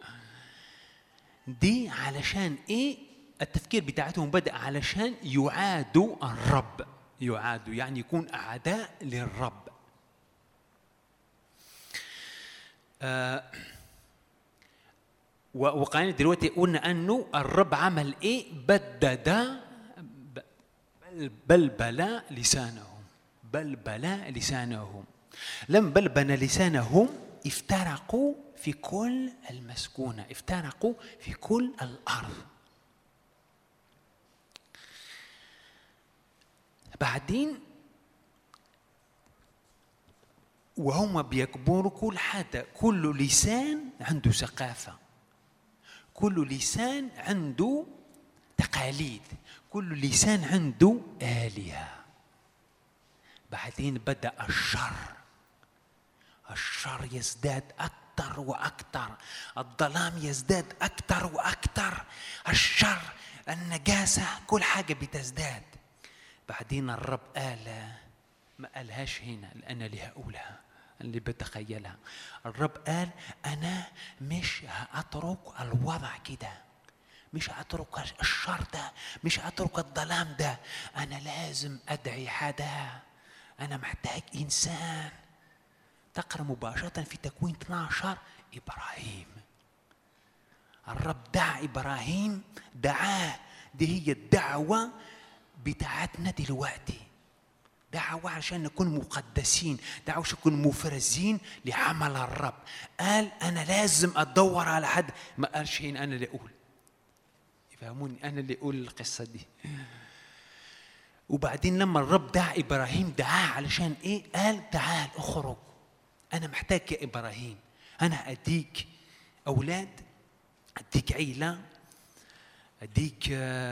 دي علشان إيه؟ التفكير بتاعتهم بدأ علشان يعادوا الرب، يعادوا يعني يكون أعداء للرب. وقاعدين دلوقتي قلنا أنه الرب عمل إيه؟ بدد بلبل لسانهم، بلبل لسانهم. لما بلبل لسانهم افترقوا في كل المسكونة، افترقوا في كل الأرض. بعدين وهم بيكبروا كل حدا، كل لسان عنده ثقافة، كل لسان عنده تقاليد، كل لسان عنده آلهة. بعدين بدأ الشر يزداد أكثر وأكثر، الظلام يزداد أكثر وأكثر، الشر، النجاسة، كل حاجة بتزداد. بعدين الرب قال، ما قالهاش هنا لأن لها أولها اللي بتخيلها. الرب قال أنا مش هأترك الوضع كده، مش هأترك الشر ده، مش هأترك الظلام ده. أنا لازم أدعي حدا، أنا محتاج إنسان. تقرأ مباشرة في تكوين 12 إبراهيم. الرب دعا إبراهيم، دعاه. دي هي الدعوة بتاعتنا دلوقتي، دعوة عشان نكون مقدسين، دعوة عشان نكون مفرزين لعمل الرب. قال أنا لازم أدور على حد، ما قالش هنا أنا اللي أقول، يفهموني، أنا اللي أقول القصة دي. وبعدين لما الرب دعا إبراهيم دعاه علشان إيه؟ قال تعال أخرج، أنا محتاج يا إبراهيم، أنا أديك أولاد، أديك عيلة، أديك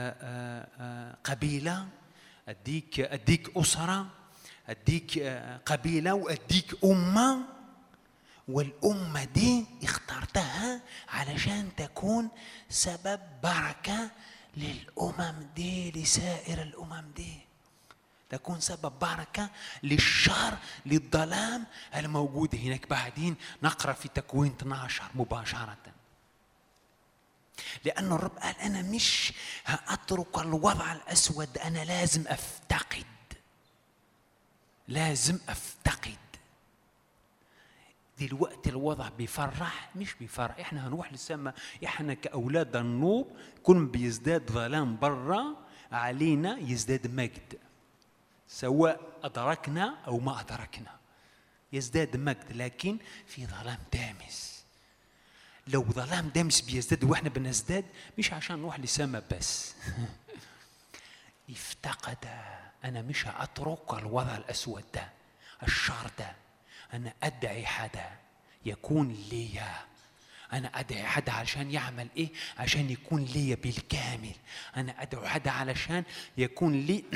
قبيلة، أديك أسرة، أديك قبيلة، وأديك أمة. والأمة دي اخترتها علشان تكون سبب بركة للأمم دي، لسائر الأمم دي، تكون سبب بركة للشر، للظلام الموجود هناك. بعدين نقرأ في تكوين 12 مباشرة. لأن الرب قال أنا مش هأترك الوضع الأسود، أنا لازم أفتقد، لازم أفتقد. دلوقتي الوضع بيفرح مش بيفرح، احنا هنروح للسماء، احنا كأولاد النور كل بيزداد ظلام برا علينا يزداد مجد، سواء أدركنا أو ما أدركنا يزداد مجد، لكن في ظلام دامس. لو ظلام دامس بيزداد واحنا بنزداد مش عشان نروح للسماء بس افتقد. أنا مش هأترك الوضع الأسود ده، الشر ده. أنا أدعي حدا يكون ليا، أنا أدعي حدا علشان يعمل إيه؟ عشان يكون ليا بالكامل. أنا أدعو حدا علشان يكون لي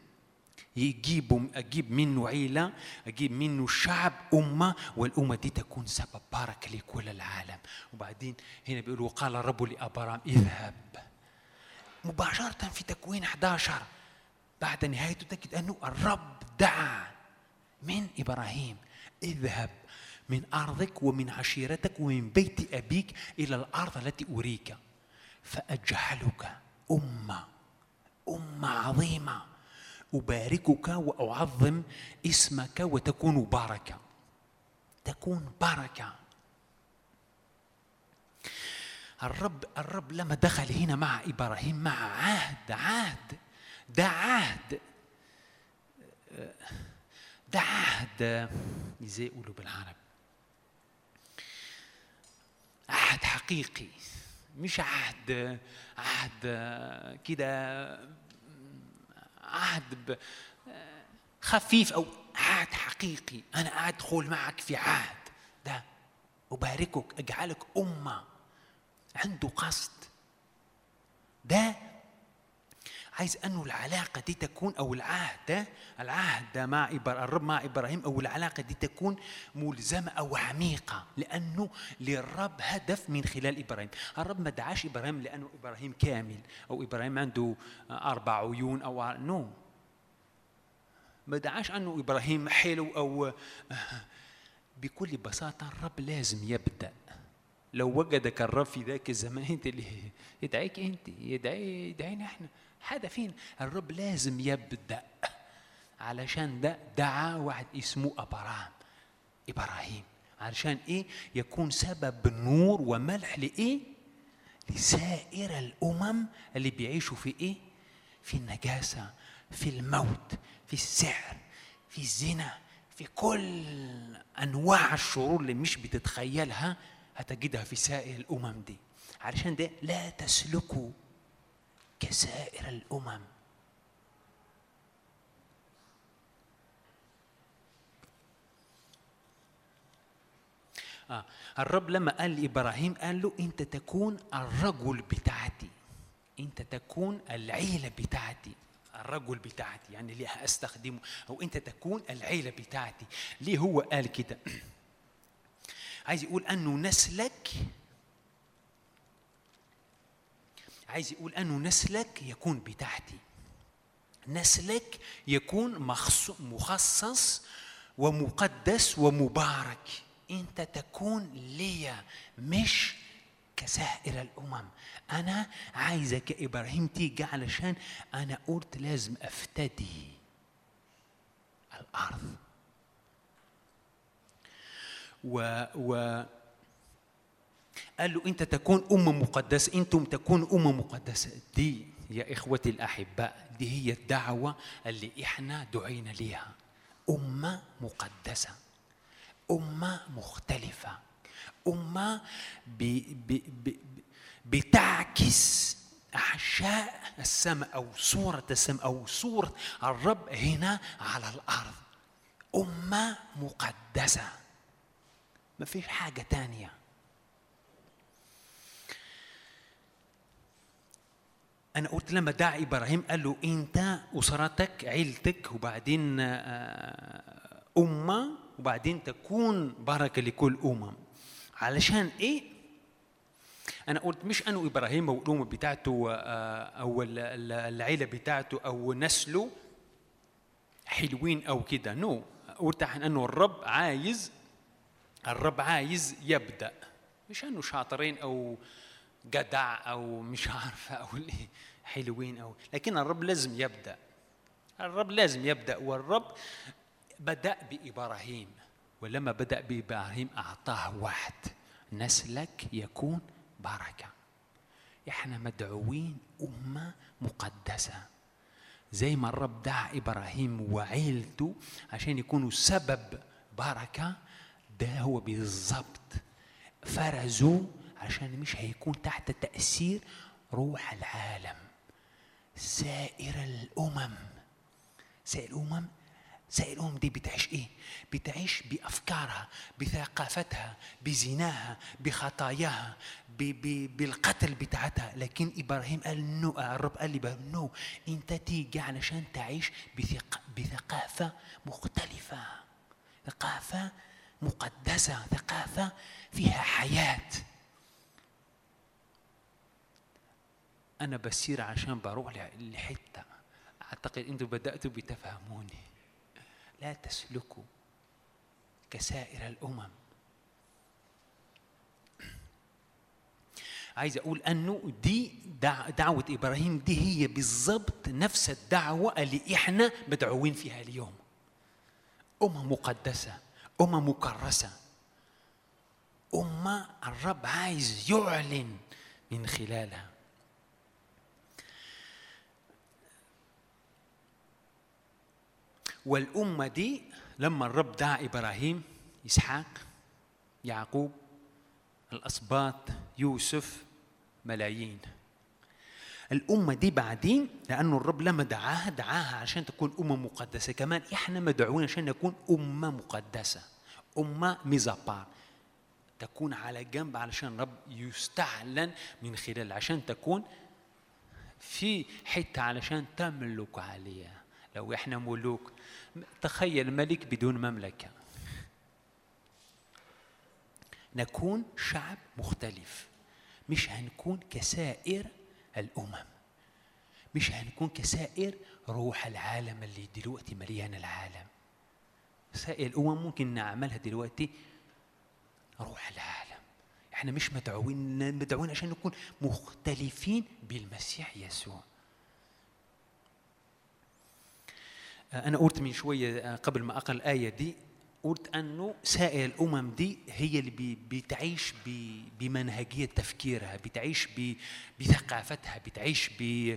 أجيب منه عيلة، أجيب منه شعب، أمة، والأمة دي تكون سبب بركة لكل العالم. وبعدين هنا بيقولوا قال الرب لأبرام اذهب. مباشرة في تكوين 11 بعد نهايته تجد أنه الرب دعا من إبراهيم اذهب من أرضك ومن عشيرتك ومن بيت أبيك إلى الأرض التي أريك فأجعلك أمة عظيمة، أباركك وأعظم اسمك وتكون بركة، تكون بركة. الرب لما دخل هنا مع إبراهيم مع عهد، ده عهد ازاي يقولوا بالعرب، عهد حقيقي، مش عهد كده، عهد خفيف أو عهد حقيقي. أنا أدخل معك في عهد ده، أباركك، أجعلك أمة. عنده قصد ده، عايز أنه العلاقة دي تكون، أو العهد ده مع الرب مع إبراهيم، أو العلاقة دي تكون ملزمة أو عميقة، لأنه للرب هدف من خلال إبراهيم. الرب ما دعاش إبراهيم لأنه إبراهيم كامل أو إبراهيم عنده 4 عيون أو نو، ما دعاش أنه إبراهيم حلو أو بكل بساطة الرب لازم يبدأ. لو وجدك الرب في ذاك الزمان أنت اللي يدعيك، أنت يدعينا إحنا، هذا فين؟ الرب لازم يبدأ. علشان ده دعا واحد اسمه إبراهيم علشان إيه؟ يكون سبب نور وملح لإيه؟ لسائر الأمم اللي بيعيشوا في إيه؟ في النجاسة، في الموت، في السحر، في الزنا، في كل أنواع الشرور اللي مش بتتخيلها هتجدها في سائر الأمم دي. علشان ده لا تسلكوا كسائر الأمم. الرب لما قال لإبراهيم قال له أنت تكون الرجل بتاعتي، أنت تكون العيلة بتاعتي، الرجل بتاعتي يعني اللي هستخدمه، أو أنت تكون العيلة بتاعتي. ليه هو قال كده؟ عايز يقول أنه نسلك، عايز يقول أنه نسلك يكون بتاعتي، نسلك يكون مخصص ومقدس ومبارك. أنت تكون ليا مش كسائر الأمم. أنا عايزك يا إبراهيم تيجي علشان أنا قلت لازم أفتدي الأرض. قال له أنت تكون أمة مقدسة، أنتم تكونوا أمة مقدسة. دي يا إخوتي الأحباء دي هي الدعوة اللي إحنا دعينا ليها، أمة مقدسة، أمة مختلفة، أمة بتعكس أحشاء السماء أو صورة السماء أو صورة الرب هنا على الأرض. أمة مقدسة، ما فيش حاجة تانية. أنا قلت لما دعا إبراهيم قال له أنت أسرتك عيلتك وبعدين أمة وبعدين تكون بركة لكل أمم. علشان إيه؟ أنا قلت مش أنه إبراهيم أو الأمة بتاعته أو العيلة بتاعته أو نسله حلوين أو كده، نو. قلت أنه الرب عايز يبدأ، مش أنه شاطرين أو جدع أو مش عارفة أو حلوين أو، لكن الرب لازم يبدأ. الرب لازم يبدأ. والرب بدأ بإبراهيم، ولما بدأ بإبراهيم أعطاه وعد: نسلك يكون بركة. إحنا مدعوين أمة مقدسة، زي ما الرب دعا إبراهيم وعيلته عشان يكونوا سبب بركة. ده هو بالضبط فرزوا عشان مش هيكون تحت تأثير روح العالم. سائر الأمم دي بتعيش إيه؟ بتعيش بأفكارها، بثقافتها، بزناها، بخطاياها، بالقتل بتاعتها. لكن إبراهيم قال نو، الرب قال لي نو، أنت تيجي علشان تعيش بثقافة مختلفة، ثقافة مقدسة، ثقافة فيها حياة. أنا بسير عشان بروح لحتة أعتقد أنتم بدأتوا بتفهموني. لا تسلكوا كسائر الأمم. عايز أقول أنه دي دعوة إبراهيم دي هي بالضبط نفس الدعوة اللي إحنا مدعوين فيها اليوم. أمة مقدسة، أمة مكرسة، أمة الرب عايز يعلن من خلالها. والأمة دي لما الرب دعا إبراهيم، إسحاق، يعقوب، الأسباط، يوسف، ملايين. الأمة دي بعدين لأنه الرب لما دعاها عشان تكون أمة مقدسة، كمان إحنا مدعوين عشان نكون أمة مقدسة، أمة ميزابار، تكون على جنب علشان الرب يستعلن من خلال، عشان تكون في حتة علشان تملك عليها. لو إحنا ملوك، تخيل ملك بدون مملكة. نكون شعب مختلف، مش هنكون كسائر الأمم، مش هنكون كسائر روح العالم اللي دلوقتي مليان العالم. سائر الأمم ممكن نعملها دلوقتي روح العالم. احنا مش مدعوين عشان نكون مختلفين بالمسيح يسوع. أنا قلت من شوية قبل ما أقرأ الآية دي، قلت أنه سائر الأمم دي هي اللي بتعيش بمنهجية تفكيرها، بتعيش بثقافتها، بتعيش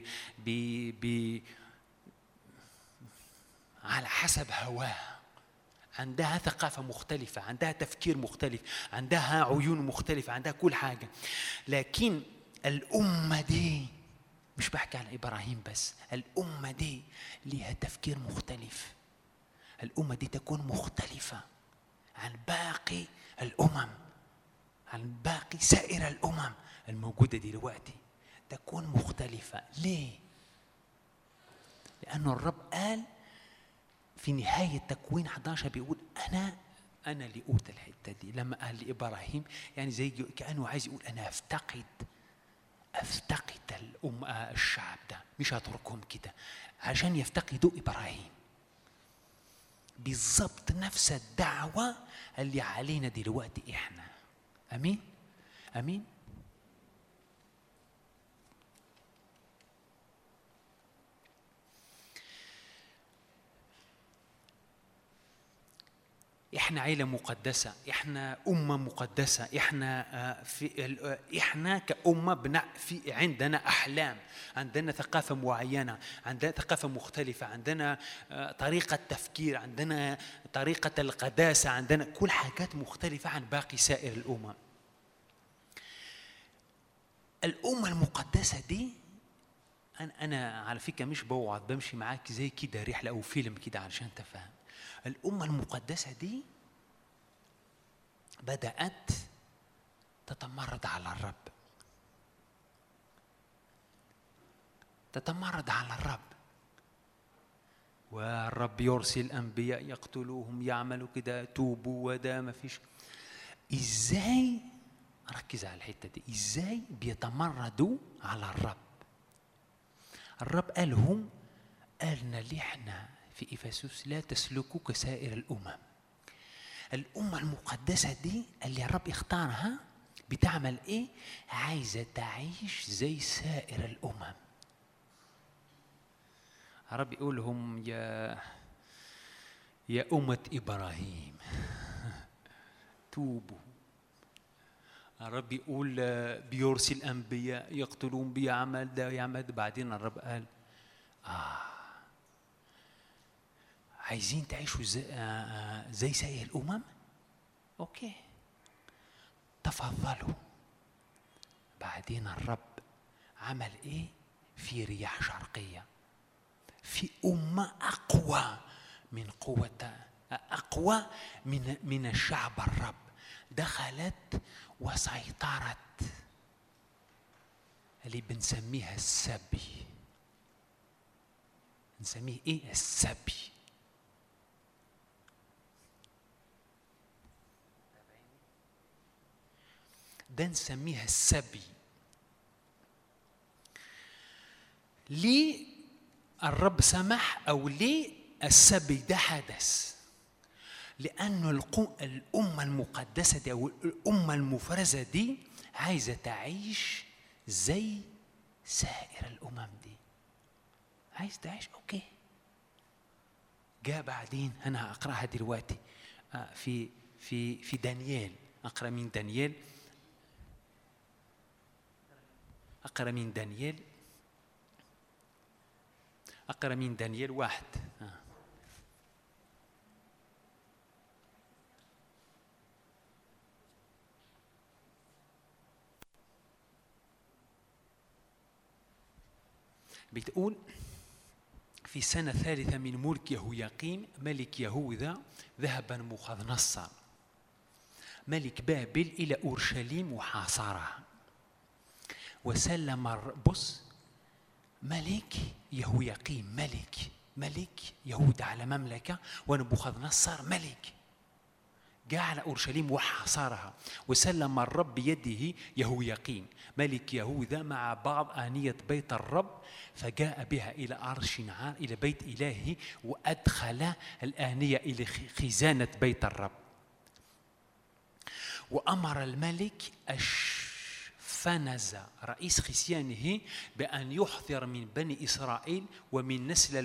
على حسب هواها. عندها ثقافة مختلفة، عندها تفكير مختلف، عندها عيون مختلفة، عندها كل حاجة. لكن الأمة دي، مش بحكي عن إبراهيم بس، الأمة دي لها تفكير مختلف. الأمة دي تكون مختلفة عن باقي الأمم، عن باقي سائر الأمم الموجودة دلوقتي، تكون مختلفة. ليه؟ لأنه الرب قال في نهاية تكوين 11 بيقول أنا اللي قلت الحتة دي. لما قال لإبراهيم يعني زي كأنه عايز يقول أنا أفتقد الشعب ده، مش هتركهم كده، عشان يفتقدوا إبراهيم. بالضبط نفس الدعوة اللي علينا دلوقتي إحنا. أمين؟ أمين؟ إحنا عيلة مقدسة، إحنا أمة مقدسة، إحنا كأمة في عندنا أحلام، عندنا ثقافة معينة، عندنا ثقافة مختلفة، عندنا طريقة تفكير، عندنا طريقة القداسة، عندنا كل حاجات مختلفة عن باقي سائر الأمم. الأمة المقدسة دي أنا على فكرة مش بوعد، بمشي معاك زي كده رحلة أو فيلم كده علشان تفهم. الأمة المقدسة دي بدأت تتمرد على الرب، تتمرد على الرب، والرب يرسل أنبياء يقتلوهم، يعملوا كده، توبوا، وده ما فيش. إزاي؟ ركز على الحتة دي، إزاي بيتمردوا على الرب؟ الرب قالهم، قالنا لي احنا في إفسس لا تسلكوا كسائر الأمم. الأمة المقدسة دي اللي الرب اختارها بتعمل ايه؟ عايزة تعيش زي سائر الأمم. الرب يقول لهم يا أمة إبراهيم توبوا. الرب يقول بيرسل أنبياء يقتلون بيعمل ده يعمل ده. بعدين الرب قال عايزين تعيشوا زي سائر الأمم؟ أوكي تفضلوا. بعدين الرب عمل إيه؟ في رياح شرقية، في أمة أقوى من قوة، أقوى من الشعب الرب، دخلت وسيطرت، اللي بنسميها السبي. نسميه إيه؟ السبي. ده نسميها السبي. ليه الرب سمح أو ليه السبي ده حدث؟ لأنه الأمة المقدسة دي أو الأمة المفرزة دي عايزة تعيش زي سائر الأمم دي، عايز تعيش أوكي. جاء بعدين أنا هقرأها دلوقتي في دانيال. أقرأ من دانيال، أقرأ من دانيال 1. بتقول في السنة 3 من ملك يهوياقيم ملك يهوذا ذهب نبوخذ-نصر ملك بابل إلى أورشليم وحاصرها وسلم. بص، ملك يهوياقيم ملك يهوذا على مملكة، ونبوخذ-نصر ملك جاء على أورشليم وحاصرها، وسلم الرب بيده يهوياقيم ملك يهوذا مع بعض آنية بيت الرب، فجاء بها إلى أرض شنعار إلى بيت إلهه، وأدخل الآنية إلى خزانة بيت الرب. وأمر الملك أشفنز رئيس خزيانه بأن يحضر من بني إسرائيل ومن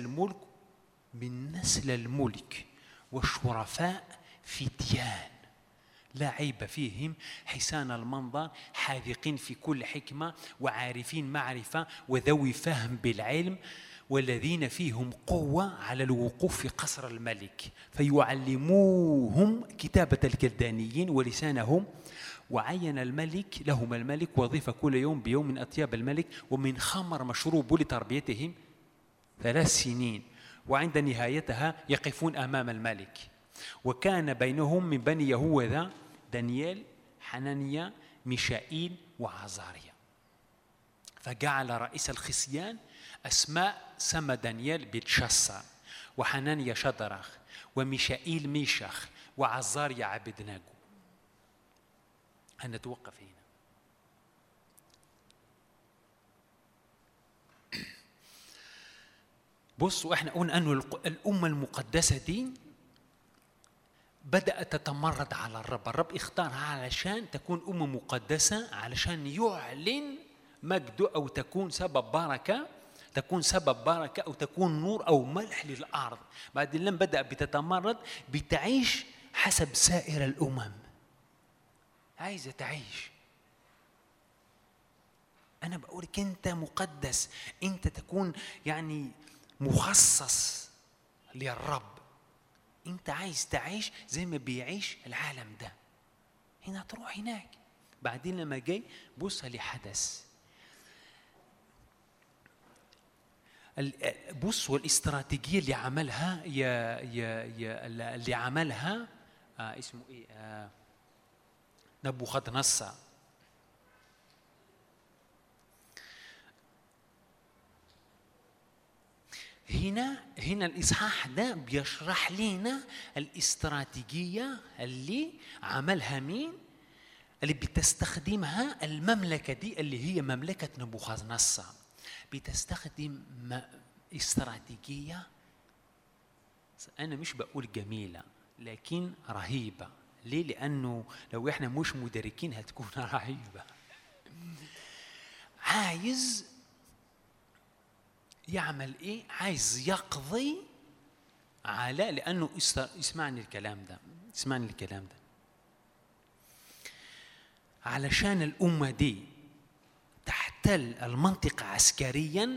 نسل الملك والشرفاء فتيان لا عيب فيهم، حسان المنظر، حاذقين في كل حكمة، وعارفين معرفة، وذوي فهم بالعلم، والذين فيهم قوة على الوقوف في قصر الملك، فيعلموهم كتابة الكلدانيين ولسانهم. وعين الملك لهم الملك وظيفة كل يوم بيوم من أطياب الملك ومن خمر مشروب لتربيتهم 3 سنين، وعند نهايتها يقفون أمام الملك. وكان بينهم من بني يهوذا دانيال، حنانيا، ميشائيل، وعزاريا. فجعل رئيس الخصيان أسماء سما دانيال بلشسر، وحنانيا شدرخ، وميشائيل ميشخ، وعزاريا عبدناغو. هنتوقف هنا. بصوا، احنا قلنا أنه الأمة المقدسة دي بدأت تتمرد على الرب. الرب اختارها علشان تكون أمة مقدسة، علشان يعلن مجده، أو تكون سبب بركة، أو تكون نور أو ملح للأرض. بعدين لما بدأ بتتمرد بتعيش حسب سائر الأمم، عايزة تعيش. أنا بقولك أنت مقدس، أنت تكون يعني مخصص للرب. أنت عايز تعيش زي ما بيعيش العالم ده، هنا تروح هناك. بعدين لما جاي بص اللي حدث، بص والاستراتيجية اللي عملها اللي عملها اسمه إيه؟ نبوخذ-نصر. هنا الإصحاح ده بيشرح لنا الاستراتيجية اللي عملها مين، اللي بتستخدمها المملكة دي اللي هي مملكة نبوخذ-نصر. بتستخدم استراتيجية، أنا مش بقول جميلة لكن رهيبة. ليه؟ لأنه لو إحنا مش مدركين هتكون رهيبة. عايز يعمل إيه؟ عايز يقضي على، لأنه اسمعني الكلام ده، علشان الأمة دي تحتل المنطقة عسكريا،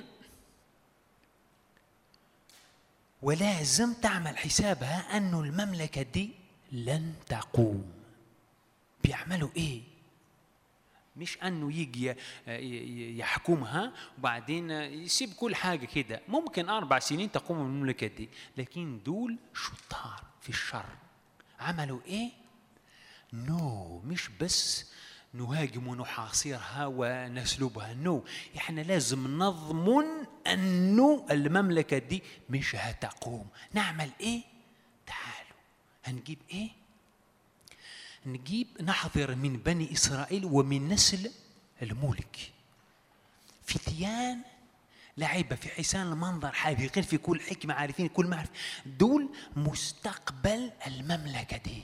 ولازم تعمل حسابها أنه المملكة دي لن تقوم. بيعملوا إيه؟ مش أنه يجي يحكمها وبعدين يسيب كل حاجة كده. ممكن 4 سنين تقوم المملكة دي، لكن دول شطار في الشر. عملوا إيه؟ مش بس نهاجم ونحاصرها ونسلبها، إحنا لازم نضمن أنه المملكة دي مش هتقوم. نعمل إيه؟ تعالوا هنجيب إيه؟ نحضر من بني إسرائيل ومن نسل الملك فتيان لعيبة في حسان المنظر، حاذقين في كل حكمة، عارفين كل معرفة. دول مستقبل المملكة دي.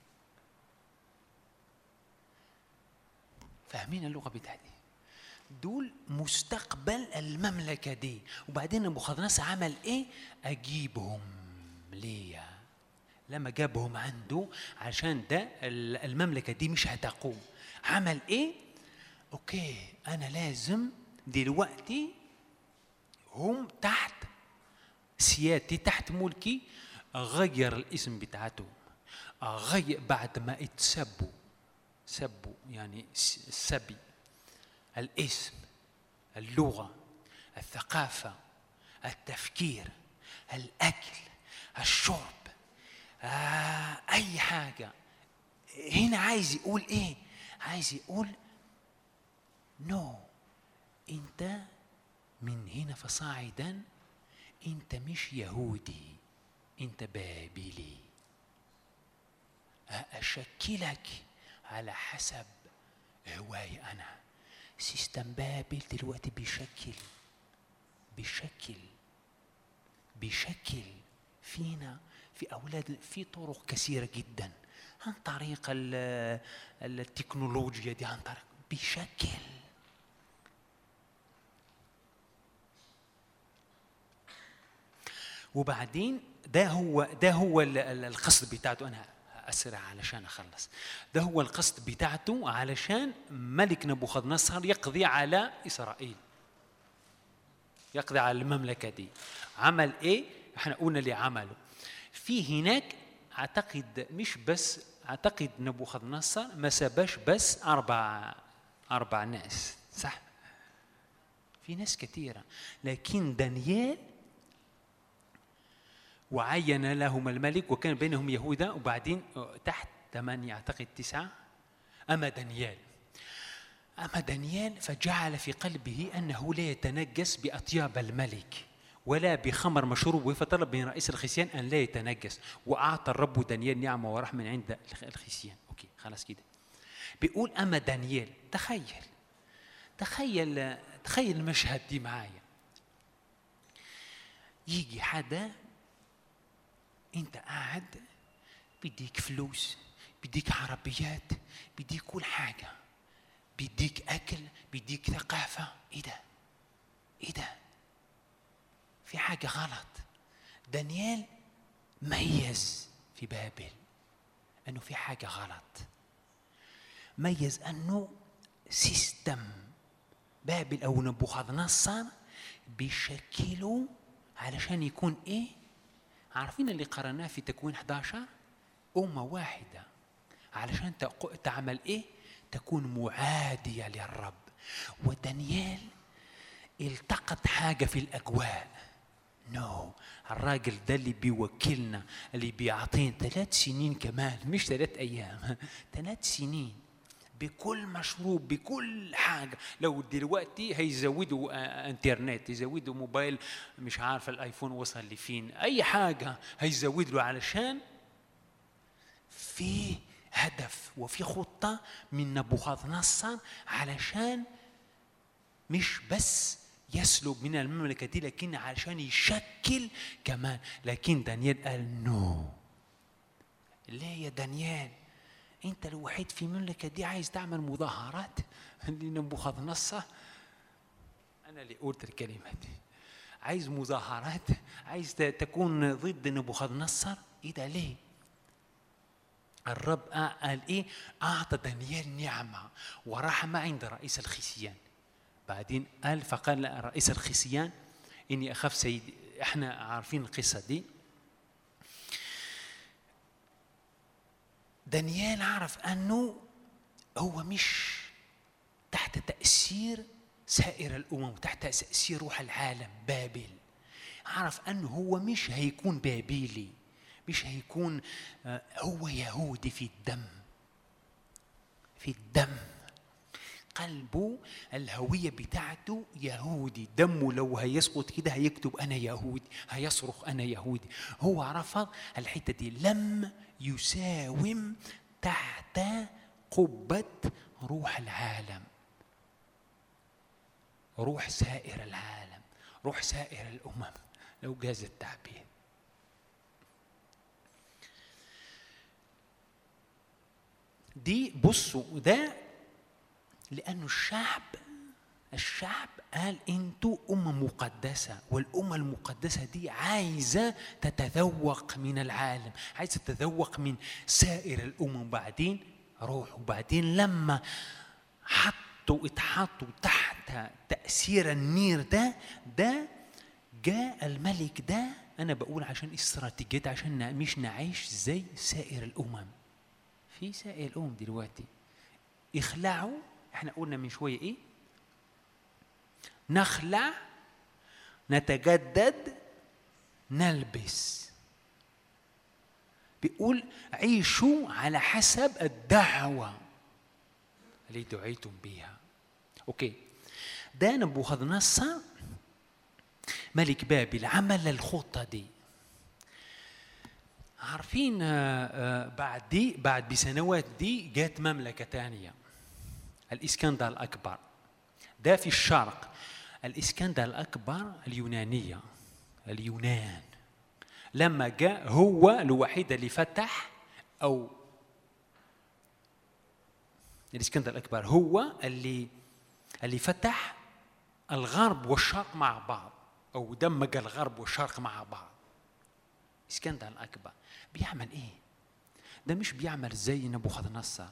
فاهمين اللغة بتاعتي؟ دول مستقبل المملكة دي. وبعدين نبوخذ عمل إيه؟ أجيبهم ليا. لما جابهم عنده عشان ده المملكة دي مش هتقوم، عمل إيه؟ أوكي، أنا لازم دلوقتي هم تحت سيادتي، تحت ملكي. أغير الاسم بتاعتهم، أغير بعد ما اتسبوا، يعني السبي، الاسم، اللغة، الثقافة، التفكير، الأكل، الشرب، أي حاجة. هنا عايز يقول إيه؟ عايز يقول أنت من هنا فصاعدا أنت مش يهودي، أنت بابلي. أشكلك على حسب هواي أنا. سيستم بابل دلوقتي بيشكل فينا، في أولاد، في طرق كثيرة جدا، عن طريق التكنولوجيا دي، عن طريق بيشكل. وبعدين ده هو القصد بتاعته. أنا أسرع علشان أخلص. ده هو القصد بتاعته علشان ملك نبوخذ نصر يقضي على إسرائيل، يقضي على المملكة دي. عمل إيه؟ إحنا قلنا اللي عمله في هناك. أعتقد مش بس، أعتقد نبوخذ نصر ما سابش بس أربع ناس، صح؟ في ناس كثيرة، لكن دانيال وعين لهم الملك وكان بينهم يهوذا، وبعدين تحت 8 أعتقد 9 أما دانيال فجعل في قلبه أنه لا يتنجس بأطياب الملك ولا بخمر مشروب، فطلب من رئيس الخصيان أن لا يتنجس، وأعطى الرب دانيال نعمة ورحمة عند الخصيان. أوكي خلاص كده. بيقول أما دانيال، تخيل المشهد دي معايا. يجي حدا، أنت قاعد بديك فلوس، بديك عربيات، بديك كل حاجة، بديك أكل، بديك ثقافة. إيه ده؟ في حاجة غلط. دانيال ميز في بابل أنه في حاجة غلط. ميز أنه سيستم بابل أو نبوخذ نصر بيشكله علشان يكون إيه؟ عارفين اللي قرأناه في تكوين 11؟ أمة واحدة علشان تعمل إيه؟ تكون معادية للرب. ودانيال التقط حاجة في الأجواء. الراجل ده اللي بيوكلنا، اللي بيعطينا 3 سنين كمان، مش 3 أيام 3 سنين بكل مشروب، بكل حاجة. لو دلوقتي هيزودوا انترنت، يزودوا موبايل، مش عارف الايفون وصل لفين، اي حاجة هيزود له، علشان في هدف وفي خطة من نبوخذ نصر، علشان مش بس يسلب من المملكة دي، لكن علشان يشكل كمان. لكن دانيال قال ليه يا دانيال؟ انت الوحيد في المملكة دي عايز تعمل مظاهرات لنبوخذ نصر. انا اللي قلت الكلمة دي، عايز مظاهرات، عايز تكون ضد نبوخذ نصر. ايه ده ليه؟ الرب قال ايه؟ اعطى دانيال نعمة ورحمة عند رئيس الخصيان. بعدين قال فقال رئيس الخصيان اني اخاف سيدي. احنا عارفين القصة دي. دانيال عرف انه هو مش تحت تأثير سائر الأمم، تحت تأثير روح العالم بابل. عرف أنه هو مش هيكون بابلي، مش هيكون هو يهودي في الدم، في الدم. قلبه الهوية بتاعته يهودي، دمه لو هيسقط كده هيكتب أنا يهودي، هيصرخ أنا يهودي. هو رفض الحتة دي، لم يساوم تحت قبة روح العالم، روح سائر العالم، روح سائر الأمم لو جاز التعبير. دي بصوا ده لأنه الشعب قال انتوا أمة مقدسة، والأمة المقدسة دي عايزة تتذوق من العالم، عايزة تتذوق من سائر الأمم. وبعدين روح، وبعدين لما اتحطوا تحت تأثير النير ده جاء الملك ده. أنا بقول عشان استراتيجية، عشان مش نعيش زي سائر الأمم. في سائر الأمم دلوقتي اخلعوا، احنا قلنا من شوية ايه؟ نخلع، نتجدد، نلبس. بيقول عيشوا على حسب الدعوة اللي دعيتم بها. اوكي، ده نبوخذ نصر ملك بابل عمل الخطة دي. عارفين بعد بسنوات دي جات مملكة تانية، الإسكندر الأكبر. ده في الشرق. الإسكندر الأكبر اليونانية، اليونان، لما جاء هو الوحيد اللي فتح، أو الإسكندر الأكبر هو اللي فتح الغرب والشرق مع بعض، أو دمج الغرب والشرق مع بعض. إسكندر الأكبر بيعمل إيه؟ ده مش بيعمل زي نبوخذ نصر.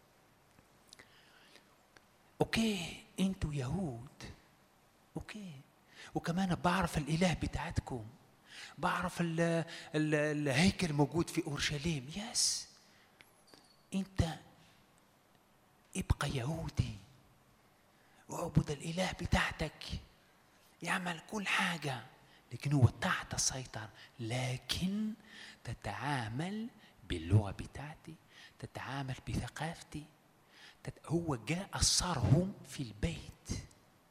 أوكي أنتوا يهود، أوكي، وكمان بعرف الإله بتاعتكم، بعرف الهيكل موجود في أورشليم. يس، أنت ابقى يهودي واعبد الإله بتاعتك، يعمل كل حاجة، لكن هو تحت السيطرة. لكن تتعامل باللغة بتاعتي، تتعامل بثقافتي. هو جاء أصرهم في البيت.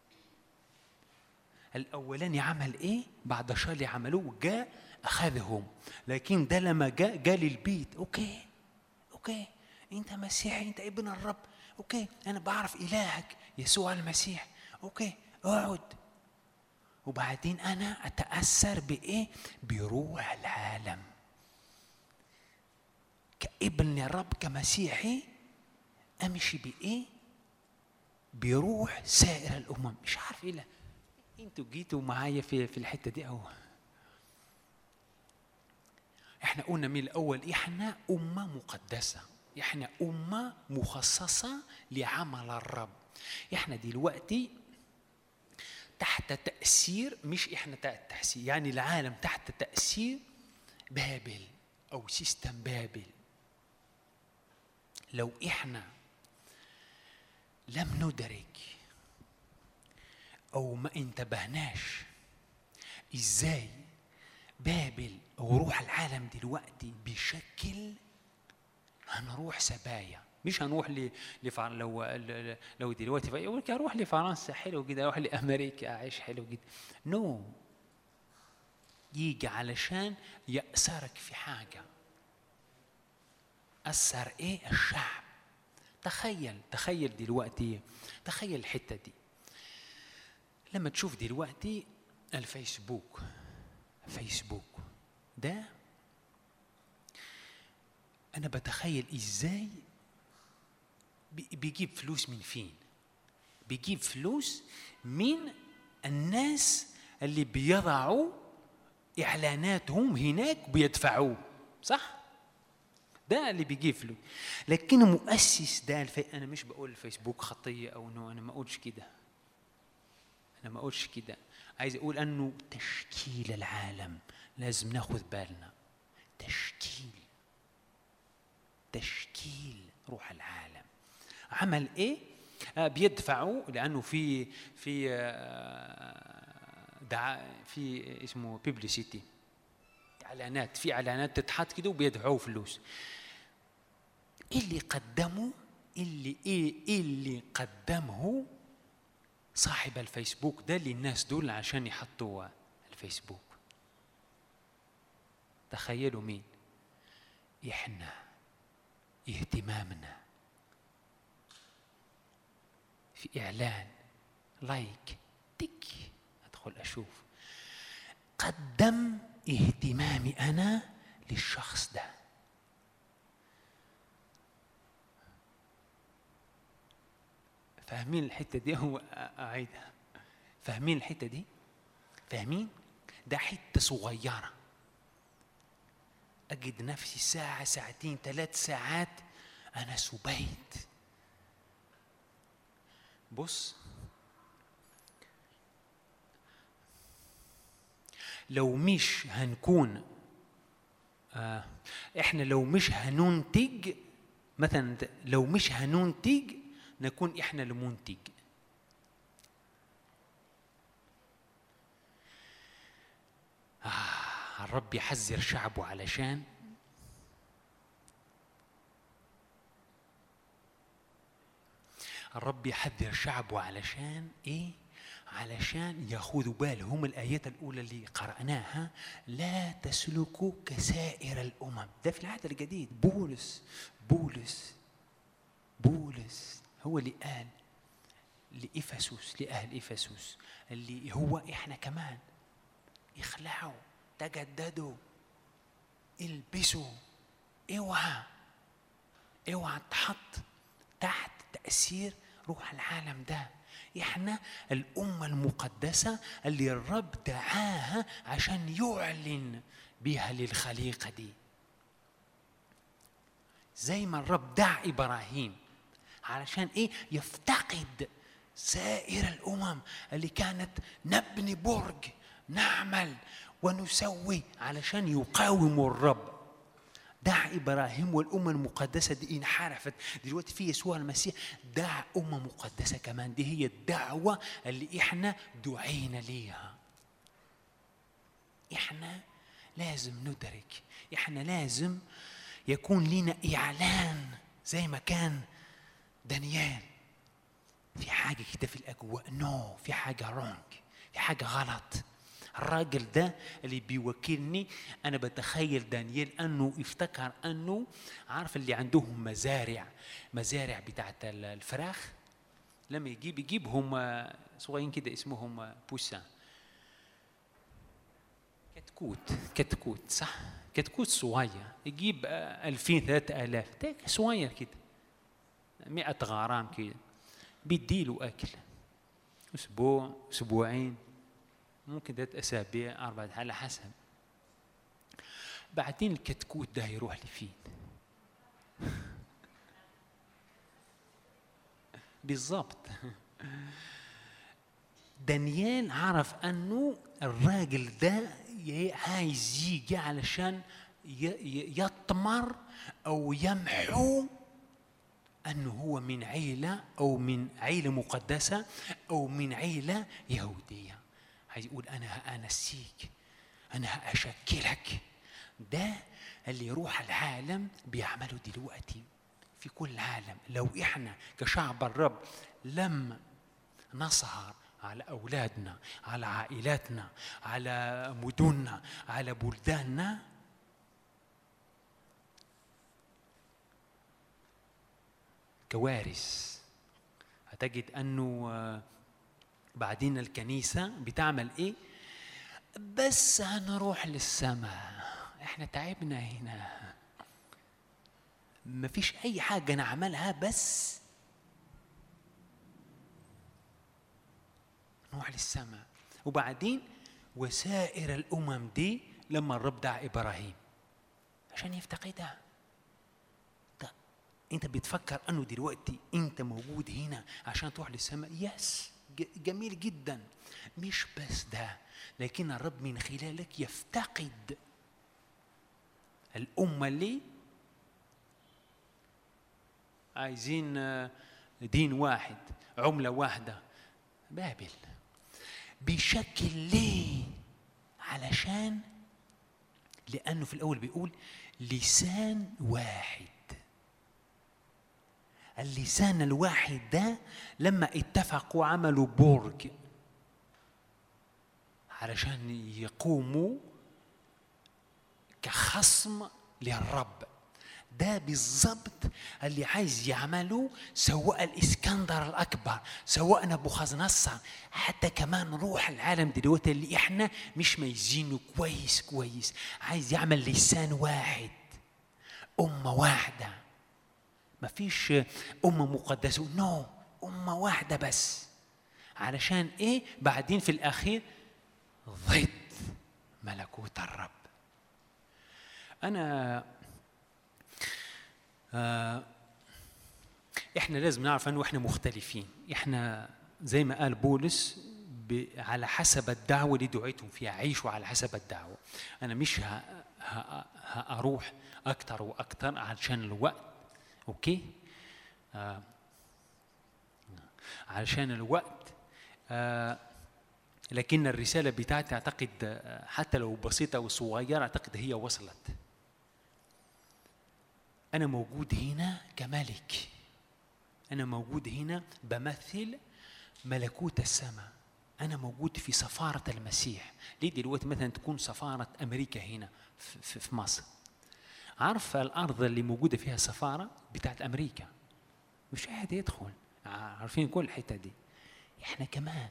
الأولاني عمل إيه؟ بعد شهر اللي عملوه جاء أخذهم، لكن ده لما جاء للبيت. أوكي أنت مسيحي، أنت ابن الرب، أوكي أنا بعرف إلهك يسوع المسيح، أوكي اقعد. وبعدين أنا أتأثر بإيه؟ بروح العالم. كابن الرب كمسيحي أمشي بإيه؟ بروح سائر الأمم. مش عارف إيه، أنتوا جيتوا معايا في الحتة دي. أو إحنا قلنا من الأول إحنا أمة مقدسة، إحنا أمة مخصصة لعمل الرب. إحنا دلوقتي تحت تأثير، مش إحنا تحت تأثير، يعني العالم تحت تأثير بابل أو سيستم بابل. لو إحنا لم ندرك أو ما انتبهناش إزاي بابل أو روح العالم دلوقتي بشكل، هنروح سبايا. مش هنروح لو دلوقتي يقول لك اروح لفرنسا حلو جدا، اروح لامريكا اعيش حلو جدا. نو، يجي علشان يأثرك في حاجة. أثر ايه؟ الشعب. تخيل دلوقتي، تخيل الحتة دي لما تشوف دلوقتي الفيسبوك ده، أنا بتخيل إزاي بيجيب فلوس من فين؟ بيجيب فلوس من الناس اللي بيضعوا إعلاناتهم هناك بيدفعوه، صح؟ ده اللي بيجيب فلوس. لكن مؤسس ده أنا مش بقول الفيسبوك خطية أو إنه أنا ما أقولش كده، أنا ما أقولش كده. عايز أقول أنه تشكيل العالم لازم ناخذ بالنا. تشكيل روح العالم عمل إيه؟ بيدفعوا لأنه في اسمه بيبليسيتي، إعلانات، في إعلانات تتحط كده وبيدفعوا فلوس. اللي قدمه صاحب الفيسبوك ده للناس دول عشان يحطوا الفيسبوك. تخيلوا مين؟ إحنا، اهتمامنا في إعلان لايك تك أدخل أشوف، قدم اهتمامي أنا للشخص ده. فاهمين الحتة دي؟ هو أعيدها. فاهمين الحتة دي؟ فاهمين؟ ده حتة صغيرة أجد نفسي ساعة ساعتين 3 ساعات أنا سبيت. بص، لو مش هنكون إحنا لو مش هننتج، مثلا لو مش هننتج نكون إحنا المنتج. الرب يحذر شعبه علشان الرب يحذر شعبه علشان إيه؟ علشان ياخذوا بالهم. الآيات الأولى اللي قرأناها، لا تسلكوا كسائر الأمم. ده في العهد الجديد. بولس هو اللي قال لإفسس، لأهل إفسس، اللي هو إحنا كمان، اخلعوا، تجددوا، البسوا. اوعى تحط تحت تأثير روح العالم ده. احنا الأمة المقدسة اللي الرب دعاها عشان يعلن بها للخليقة دي. زي ما الرب دعا إبراهيم علشان إيه؟ يفتقد سائر الأمم اللي كانت نبني برج، نعمل ونسوي علشان يقاوموا الرب. دع إبراهيم والأمة المقدسة دي انحرفت. دلوقتي في يسوع المسيح دع أمة مقدسة كمان. دي هي الدعوة اللي إحنا دعينا ليها. إحنا لازم ندرك، إحنا لازم يكون لنا إعلان زي ما كان دانيال. في حاجة كده في الأجواء، في حاجة رونج، في حاجة غلط. الراجل ده اللي بيوكلني، أنا بتخيل دانيال أنه افتكر أنه عارف اللي عندهم مزارع بتاعت الفراخ، لما يجيبهم صغيرين كده اسمهم بوسان، كتكوت صح؟ كتكوت صغير يجيب 2000-3000 صغير كده 100 غرام كده، بيديله أكل أسبوع أسبوعين ممكن 3 أسابيع 4 على حسب. بعدين الكتكوت ده يروح لفين؟ بالضبط. دانيال عرف أنه الراجل ده عايز يجي علشان يطمر أو يمحو أنه هو من عيلة أو من عيلة مقدسة أو من عيلة يهودية. عايز يقول أنا هأنسيك، أنا هأشكلك. ده اللي روح العالم بيعمله دلوقتي في كل العالم. لو إحنا كشعب الرب لم نسهر على أولادنا، على عائلاتنا، على مدننا، على بلداننا، كوارث. هتجد أنه بعدين الكنيسة بتعمل إيه؟ بس هنروح للسماء، إحنا تعبنا هنا، ما فيش أي حاجة نعملها بس نروح للسماء. وبعدين وسائر الأمم دي لما الرب دعا إبراهيم عشان يفتقدها. أنت بتفكر أنه دلوقتي أنت موجود هنا عشان تروح للسماء؟ يس، جميل جدا. مش بس ده، لكن الرب من خلالك يفتقد الأمة اللي عايزين دين واحد، عملة واحدة، بابل. بشكل ليه؟ علشان لأنه في الأول بيقول لسان واحد. اللسان الواحد ده لما اتفقوا عملوا برج علشان يقوموا كخصم للرب. ده بالضبط اللي عايز يعمله سواء الإسكندر الأكبر سواء نبوخذ نصر، حتى كمان روح العالم دلوقتي اللي إحنا مش ميزينه كويس. عايز يعمل لسان واحد، أمة واحدة. ما فيش أمة مقدسة، نو، أمة واحدة بس. علشان إيه؟ بعدين في الأخير ضد ملكوت الرب. أنا إحنا لازم نعرف أنه إحنا مختلفين. إحنا زي ما قال بولس على حسب الدعوة اللي دعيتم فيها عيشوا على حسب الدعوة. أنا مش هأروح أكتر وأكتر علشان الوقت، أوكي؟ علشان الوقت. لكن الرسالة بتاعتي أعتقد حتى لو بسيطة وصغيرة أعتقد هي وصلت. أنا موجود هنا كملك، أنا موجود هنا بمثل ملكوت السماء، أنا موجود في سفارة المسيح. ليه دلوقتي مثلا تكون سفارة أمريكا هنا في مصر؟ عارف الأرض اللي موجودة فيها سفارة بتاعت أمريكا مش أحد يدخل، عارفين كل الحتة دي. إحنا كمان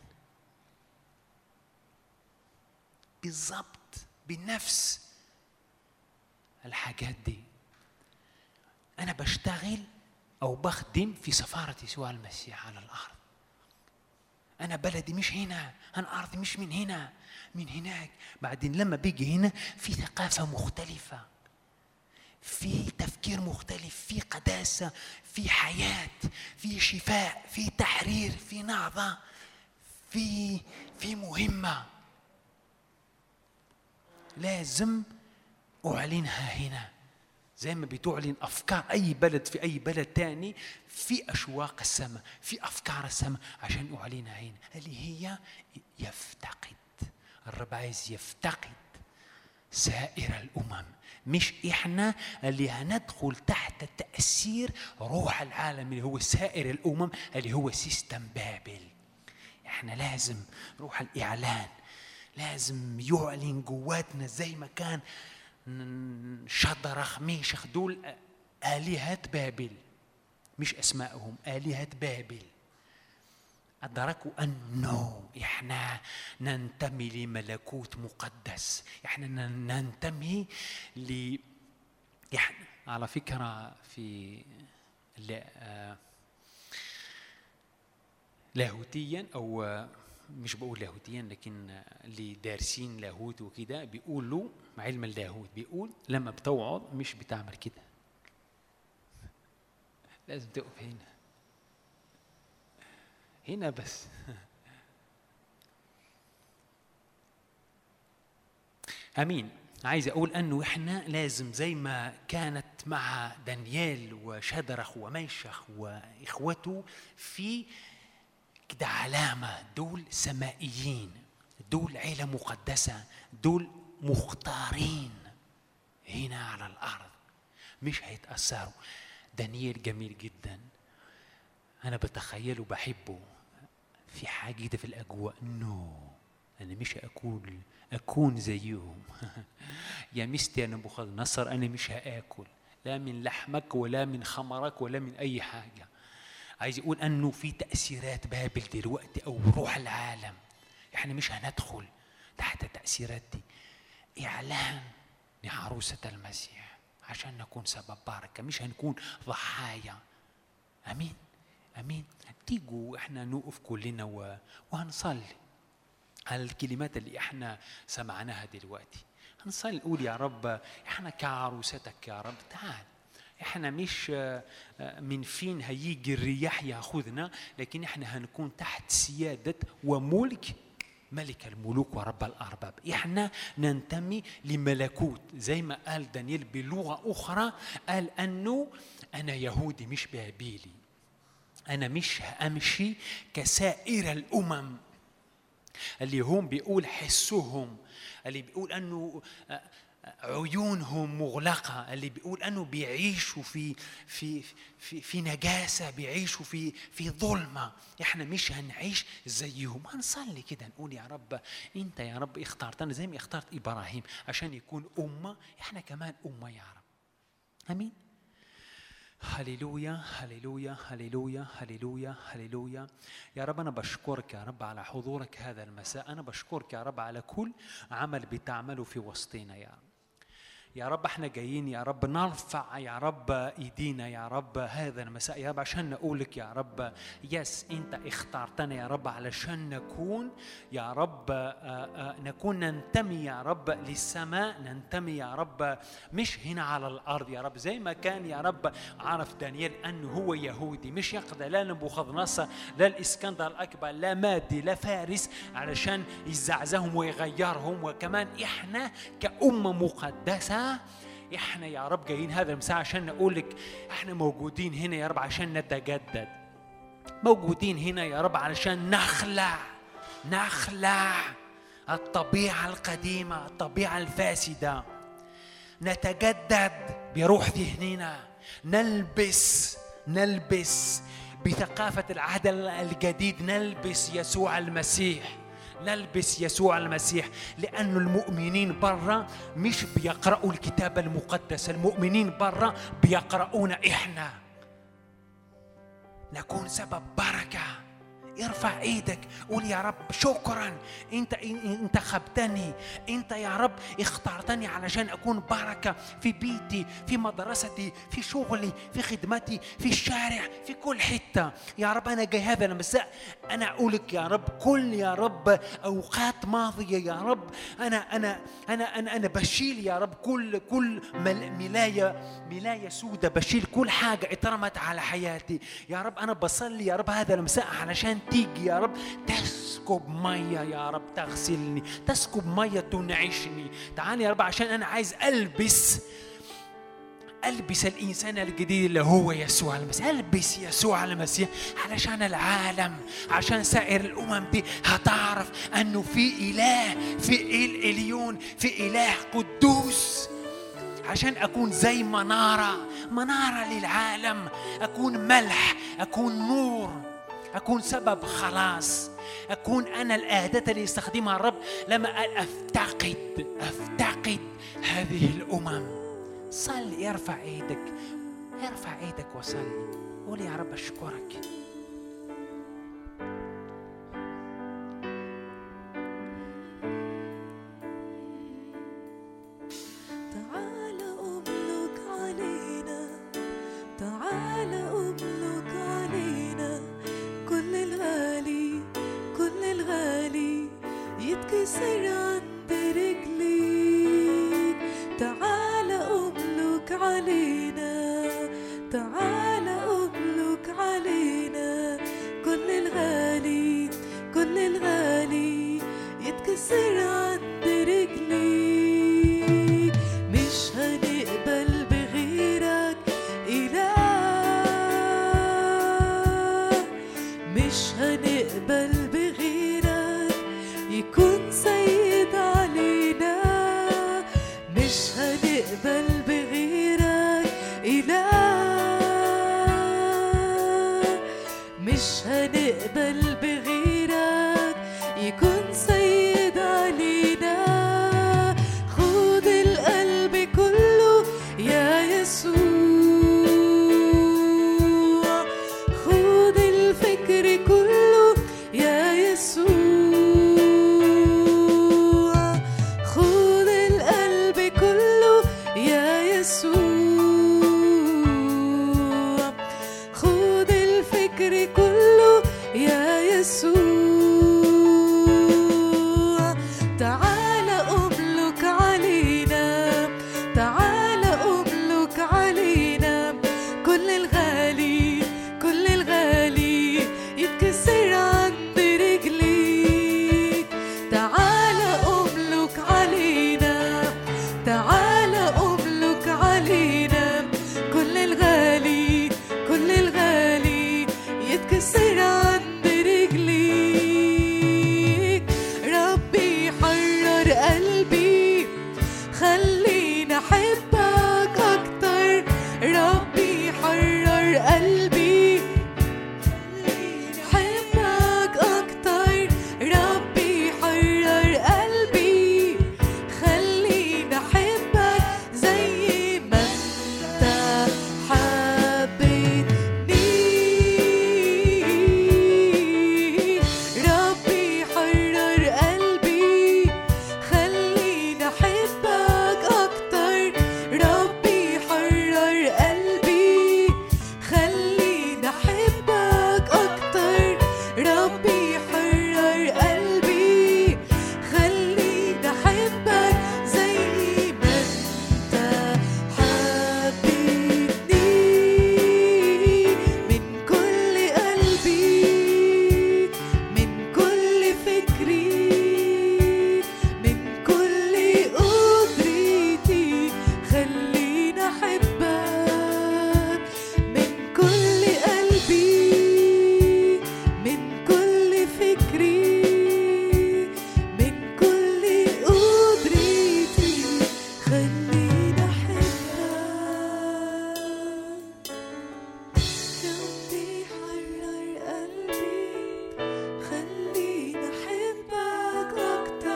بالضبط بنفس الحاجات دي. أنا بشتغل أو بخدم في سفارة يسوع المسيح على الأرض. أنا بلدي مش هنا، أنا أرضي مش من هنا، من هناك. بعدين لما بيجي هنا في ثقافة مختلفة، في تفكير مختلف، في قداسة، في حياة، في شفاء، في تحرير، في نهضة، في مهمة لازم أعلنها هنا. زي ما بتعلن أفكار أي بلد في أي بلد تاني، في أشواق السماء، في أفكار السماء عشان أعلنها هنا، اللي هي يفتقد. الرب عايز يفتقد سائر الأمم، مش إحنا اللي هندخل تحت تأثير روح العالم اللي هو سائر الأمم اللي هو سيستم بابل. إحنا لازم روح الإعلان لازم يعلن جواتنا زي ما كان شدرخ ميشخ دول آلهة بابل، مش أسمائهم، آلهة بابل. أدركوا أنه إحنا ننتمي لملكوت مقدس، إحنا ننتمي إحنا على فكرة في لاهوتيا أو مش بقول لاهوتيا لكن اللي دارسين لاهوت وكده بيقولوا علم اللاهوت بيقول لما بتوعظ مش بتعمل كده، لازم تقف هنا بس. امين. عايز اقول انه احنا لازم زي ما كانت مع دانيال وشدرخ وميشخ واخوته في كده علامة، دول سمائيين، دول عيلة مقدسة، دول مختارين هنا على الأرض، مش هيتأثروا. دانيال جميل جدا، أنا بتخيله بحبه، في حاجة في الأجواء. أنا مش أكون زيهم. يا مستي يا نبوخذ نصر، أنا مش هآكل لا من لحمك ولا من خمرك ولا من أي حاجة. عايز يقول أنه في تأثيرات بابل دلوقتي أو روح العالم، إحنا مش هندخل تحت تأثيرات دي. إعلان لعروسة المسيح عشان نكون سبب بركة، مش هنكون ضحايا. أمين أمين. تيجوا إحنا نوقف كلنا وهنصلي. على الكلمات اللي احنا سمعناها دلوقتي. هنصلي نقول يا رب احنا كعروستك يا رب، تعال. احنا مش من فين هيجي الرياح ياخذنا، لكن احنا هنكون تحت سيادة وملك ملك الملوك ورب الأرباب. احنا ننتمي لملكوت، زي ما قال دانيال بلغة أخرى، قال أنه أنا يهودي مش بابيلي، أنا مش همشي كسائر الأمم اللي هم بيقول حسهم، اللي بيقول أنه عيونهم مغلقة، اللي بيقول أنه بيعيشوا في نجاسة، بيعيشوا في ظلمة. إحنا مش هنعيش زيهم. هنصلي كده نقول يا رب أنت يا رب اخترتنا زي ما اخترت إبراهيم عشان يكون أمة، إحنا كمان أمة يا رب. آمين. هللويا هللويا هللويا هللويا هللويا. يا رب أنا بشكرك يا رب على حضورك هذا المساء. أنا بشكرك يا رب على كل عمل بتعمله في وسطنا يا رب. يا رب احنا جايين يا رب نرفع يا رب ايدينا يا رب هذا المساء يا رب عشان نقولك يا رب يس انت اخترتنا يا رب علشان نكون يا رب نكون ننتمي يا رب للسماء، ننتمي يا رب مش هنا على الارض يا رب، زي ما كان يا رب عرف دانيال انه هو يهودي مش يقدر لا نبوخذ-نصر لا الاسكندر الاكبر لا مادي لا فارس علشان يزعزهم ويغيرهم. وكمان احنا كأمة مقدسة احنا يا رب جايين هذا المساء عشان نقولك احنا موجودين هنا يا رب عشان نتجدد، موجودين هنا يا رب علشان نخلع الطبيعة القديمة، الطبيعة الفاسدة، نتجدد بروح ذهننا، نلبس بثقافة العهد الجديد، نلبس يسوع المسيح، نلبس يسوع المسيح. لأن المؤمنين برا مش بيقرأوا الكتاب المقدس، المؤمنين برا بيقرؤون إحنا. نكون سبب بركة. ارفع ايدك قول يا رب شكرا انت خبتني، انت يا رب اخترتني علشان اكون بركة في بيتي، في مدرستي، في شغلي، في خدمتي، في الشارع، في كل حتة. يا رب انا جاي هذا المساء انا اقولك يا رب كل يا رب اوقات ماضية يا رب انا بشيل يا رب كل ملاية سودة، بشيل كل حاجة اترمت على حياتي. يا رب انا بصلي يا رب هذا المساء علشان تيجي يا رب تسكب مية يا رب تغسلني، تسكب مية تنعشني. تعال يا رب عشان أنا عايز ألبس الإنسان الجديد اللي هو يسوع المسيح. ألبس يسوع المسيح علشان العالم، عشان سائر الأمم دي هتعرف أنه في إله، في الإليون، في إله قدوس. عشان أكون زي منارة للعالم، أكون ملح، أكون نور، أكون سبب خلاص، أكون أنا الأداة اللي يستخدمها الرب لما أفتقد هذه الأمم. صلي، ارفع ايدك وصلي، قول يا رب أشكرك. يتكسر عند رجليك، تعال أملك علينا، تعال أملك علينا. كل الغالي يتكسر عند رجليك. مش هنقبل بغيرك إله، مش هنقبل بغيرك يكون سيد علينا، مش هنقبل بغيرك إله، مش هنقبل بغيرك يكون سيد علينا. خد القلب كله يا يسوع، خد الفكر كله يا يسوع، خد القلب كله يا يسوع، خد الفكر كله يا يسوع.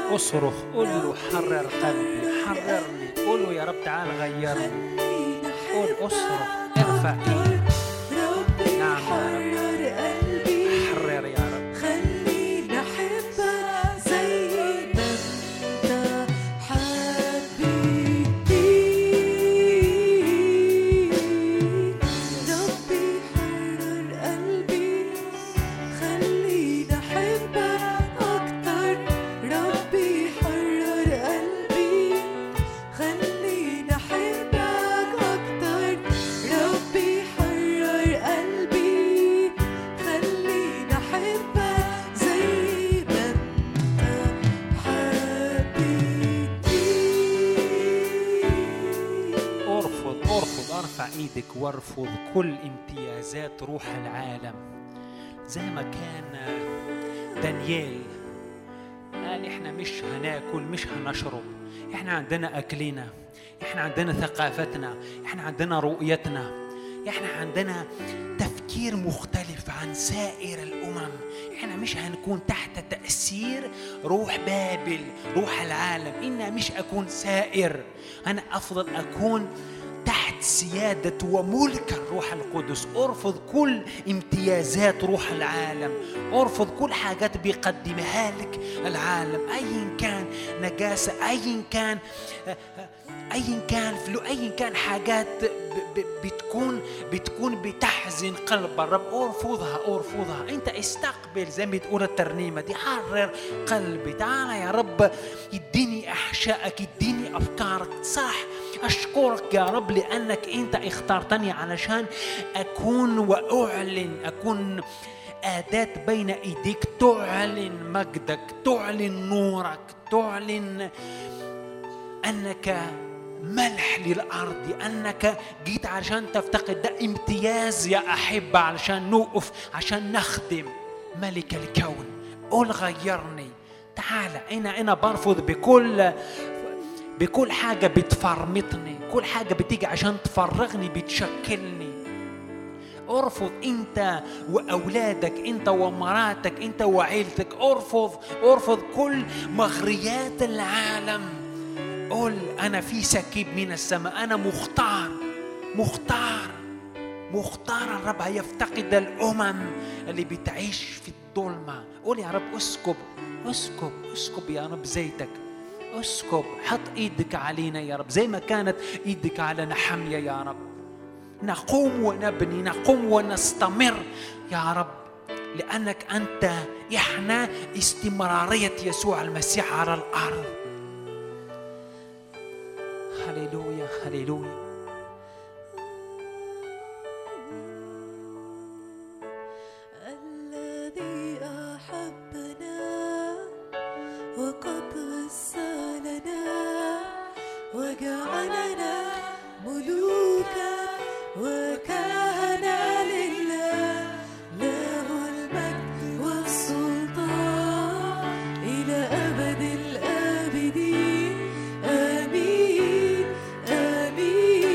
اصرخ قول له حرر قلبي حررني. قول له يا رب تعال غيرني. قول اصرخ ارفع ايدك. نعم يا رب حرر يا رب. خليني أحبك زي ما أنت حبيتني. ربي حرر قلبي خليني أحبك أكتر. ربي حرر قلبي خليني أحبك أكتر. ربي حرر قلبي خليني أحبك زي ما أنت حبيتني. ارفض ارفع ايدك وارفض كل امتيازات روح العالم. زي ما كان دانيال قال احنا مش هناكل مش هنشرب، احنا عندنا اكلنا، احنا عندنا ثقافتنا، احنا عندنا رؤيتنا، احنا عندنا تفكير مختلف عن سائر الامم. احنا مش هنكون تحت تأثير روح بابل روح العالم. إنا مش أكون سائر، أنا أفضل أكون تحت سيادة وملك الروح القدس. أرفض كل امتيازات روح العالم، أرفض كل حاجات بيقدمها لك العالم، أي كان نجاسة، أي كان حاجات بتكون بتحزن قلب الرب. أرفضها. أنت استقبل زي ما تقول الترنيمة دي، حرر قلبي. تعال يا رب يديني أحشائك، يديني أفكارك. صح، أشكرك يا رب لأنك أنت اخترتني علشان أكون وأعلن، أكون أداة بين إيديك تعلن مجدك، تعلن نورك، تعلن أنك ملح للأرض، أنك جيت عشان تفتقد. ده امتياز يا أحبة علشان نوقف، عشان نخدم ملك الكون. قول غيرني. تعال أنا برفض بكل حاجة بتفرمطني، كل حاجة بتيجي عشان تفرغني بتشكلني. ارفض انت واولادك، انت ومراتك، انت وعيلتك. ارفض كل مغريات العالم. قول انا في سكيب من السماء، انا مختار الرب هيفتقد الامم اللي بتعيش في الظلمه. قول يا رب اسكب يا رب زيتك، اسكب، حط ايدك علينا يا رب زي ما كانت ايدك على نحمية يا رب. نقوم ونبني، نقوم ونستمر يا رب، لأنك أنت إحنا استمرارية يسوع المسيح على الأرض. هللويا هللويا. الذي أحبنا وقد غسلنا وجعلنا ملوكا وكهنة لله، له المجد والسلطان إلى أبد الآبدين. آمين آمين.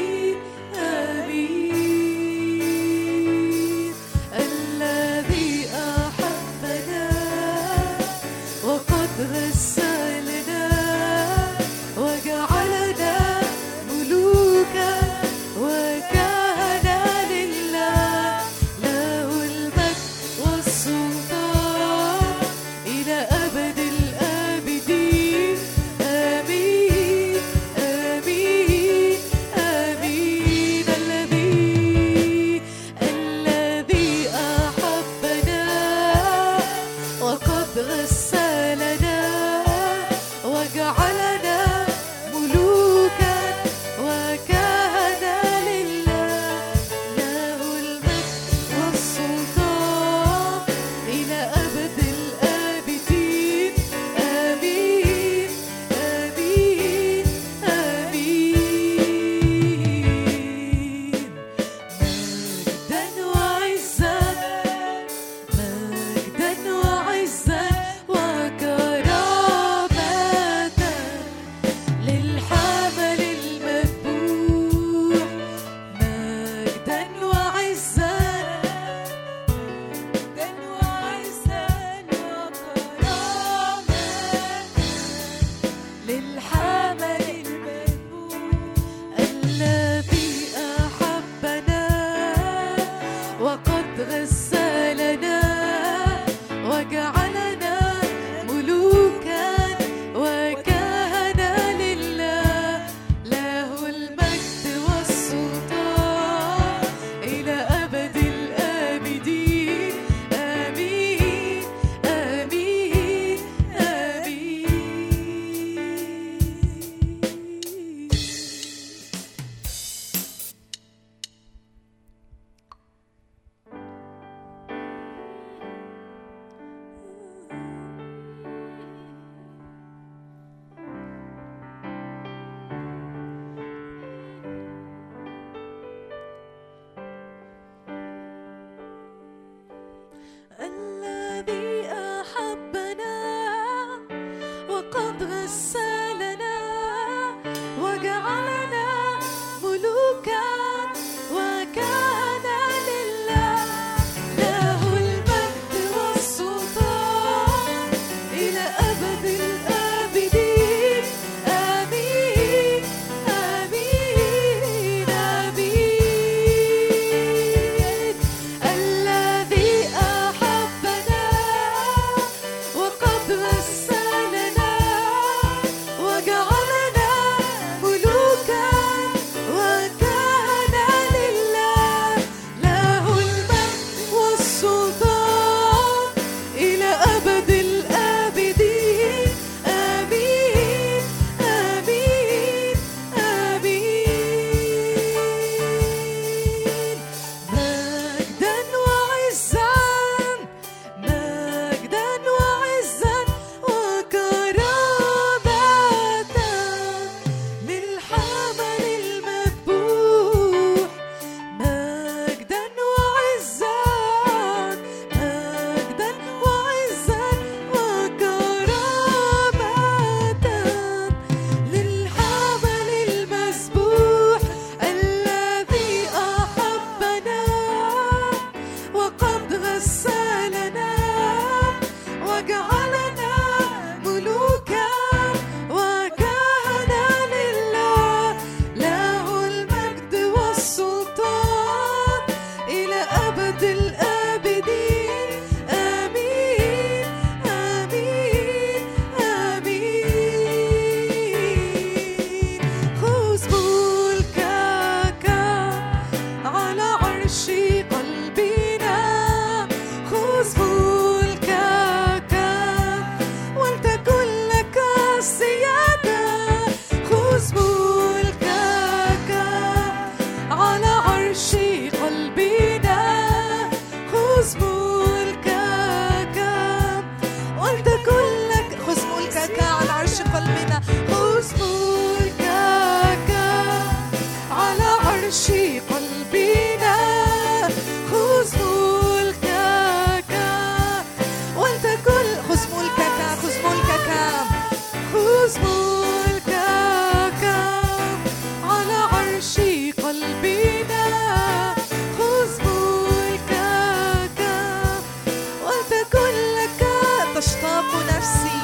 عرش قلبنا خذ ملكك ولتكن خذ ملكك خذ ملكك خذ ملكك على عرش قلبنا خذ ملكك ولتكن لك تشتاق نفسي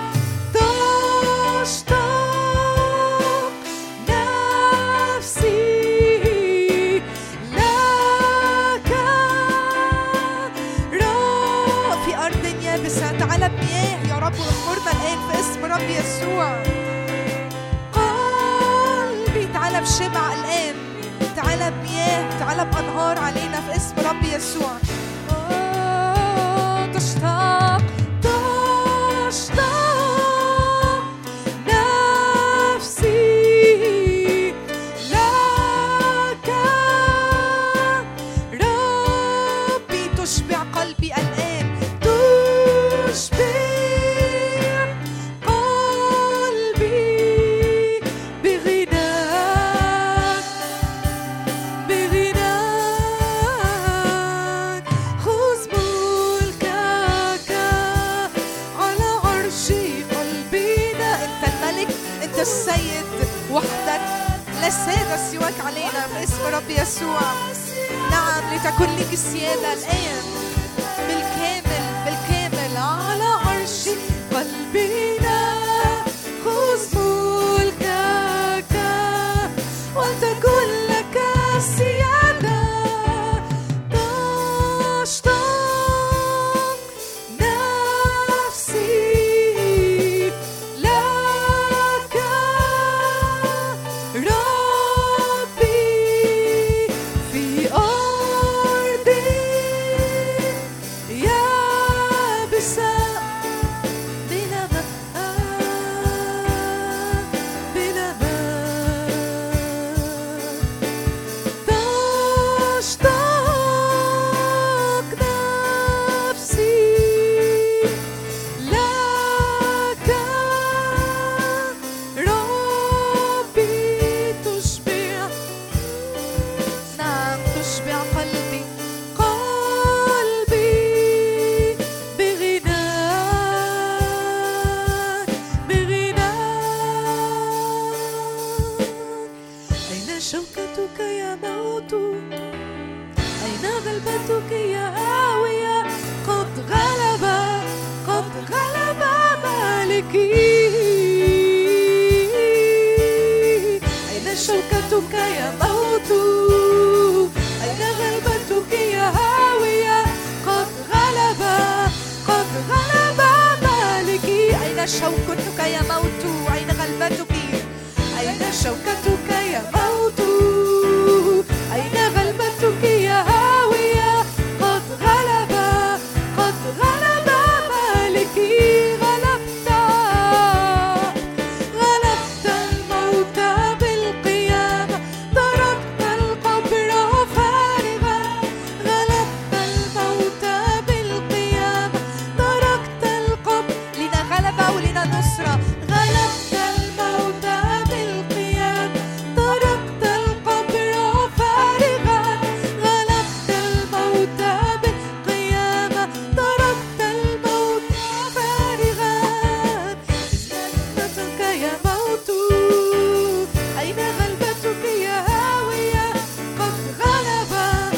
تعال بمياه يا رب واغفرنا الآن في اسم رب يسوع. قلبي تعال بشبع الآن، تعال بمياه، تعال بأنهار علينا في اسم رب يسوع. تشتاق نفسي لك ربي، تشبع قلبي الآن، تشبع قلبي بغناك بغناك. خذ ملكك على عرش قلبنا. أنت الملك، أنت السيد وحدك، لا سادة سواك علينا باسم رب يسوع. نعم، لتكن لك السيادة الآن بالكامل بالكامل على عرش قلبنا. خذ ملكك ولتكن لك السيادة. تشتاق نفسي لك ربي في أرض يابسة بلا ماء بلا ماء. تشتاق نفسي لك ربي، تشبع، نعم تشبع قلبي قلبي بغناك بغناك. أين شوكتك يا موت؟ أين غلبتك يا هاوية؟ قد غلب مالكي. أين شوكتك يا موت؟ أين غلبتك يا هاوية؟ قد غلب مالكي. أين شوكتك يا موت؟ أين غلبتك؟ أين شوكتك يا موت؟ أين غلبتك يا هاوية؟ قد غلب مالكي. غلبت الموت بالقيامة، تركت القبر فارغا. غلبت الموت بالقيامة، تركت القبر. لنا غلبة ولنا نصرة. غلبت الموت بالقيامة، تركت القبر فارغا. غلبت الموت بالقيامة، تركت الموت فارغا. غلبتك يا موت، أين غلبتك يا هاوية؟ قد غلب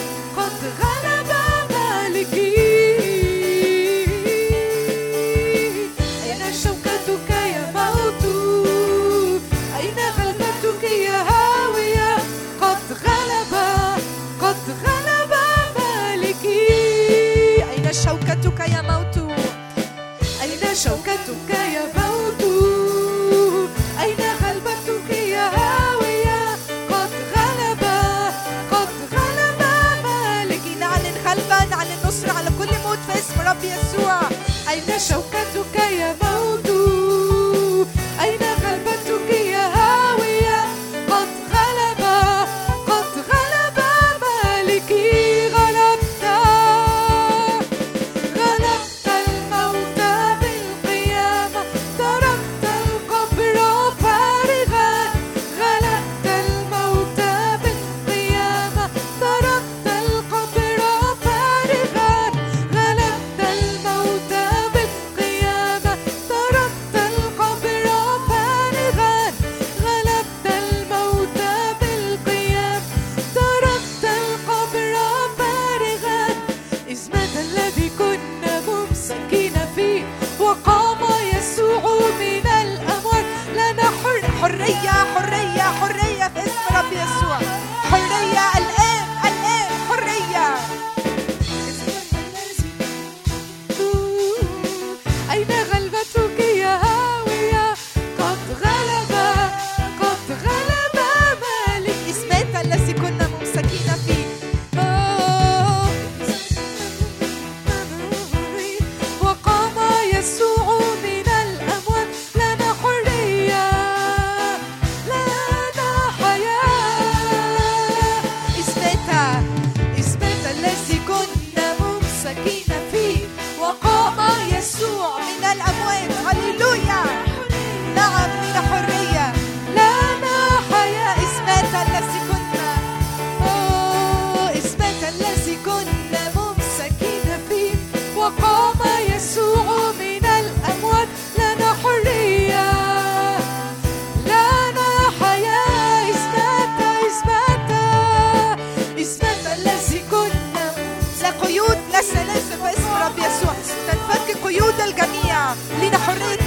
مالكي. أين شوكتك يا موت؟ أين غلبتك يا هاوية؟ قد غلب مالكي. أين شوكتك يا موت؟ أين شوكتك يا موت؟ أين غلبتك يا هاوية؟ قد غلب مالكي. نعلن غلبة، نعلن نصر على كل موت في اسم رب يسوع. أين شوكتك يا موت؟ أين غلبتك يا هاوية؟ قد غلب مالكي. غلبت الموت بالقيامة، تركت القبر فارغا. غلبت الموت بالقيامة،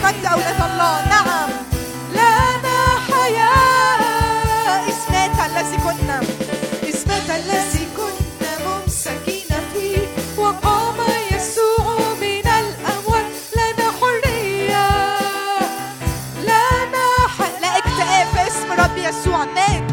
مجد أولاد الله. نعم لنا حياة، اسمات الذي كنا ممسكين فيه، وقام يسوع من الأموات، لنا حرية، لا اكتئاب في اسم رب يسوع. مات.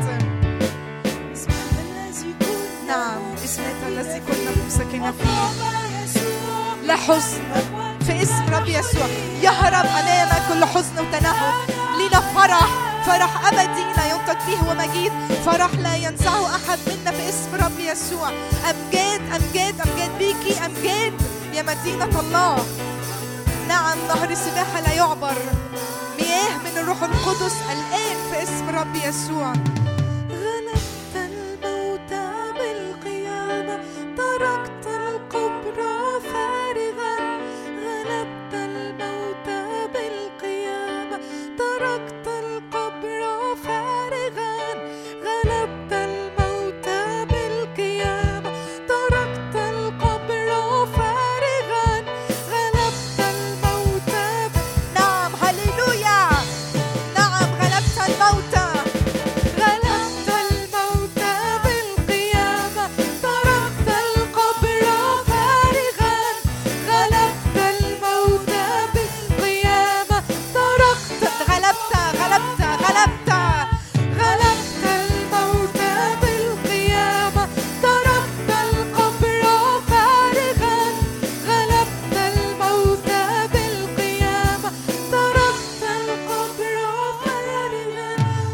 نعم اسمات الذي كنا ممسكين فيه، لا حزن في اسم رب يسوع. يهرب أمامك كل حزن وتنهد. لنا فرح أبدي لا ينطق فيه ومجيد، فرح لا ينزعه أحد منا في اسم رب يسوع. أمجاد أمجاد أمجاد بيكي، أمجاد يا مدينة الله. نعم نهر السباحة لا يعبر، مياه من الروح القدس الآن في اسم رب يسوع. غلبت الموت بالقيامة، تركت القبر فارغا. غلبت الموت بالقيامة، تركت القبر فارغا. غلبت الموت بالقيامة، تركت القبر فارغا. غلبت الموت نعم هللويا. نعم غلبت الموت، غلبت الموت بالقيامة، تركت القبر فارغا. غلبت الموت بالقيامة، تركت غلبت غلبت غلبت غلبت الموت بالقيامة، تركت القبر فارغا. غلبت الموت بالقيامة، تركت القبر فارغا.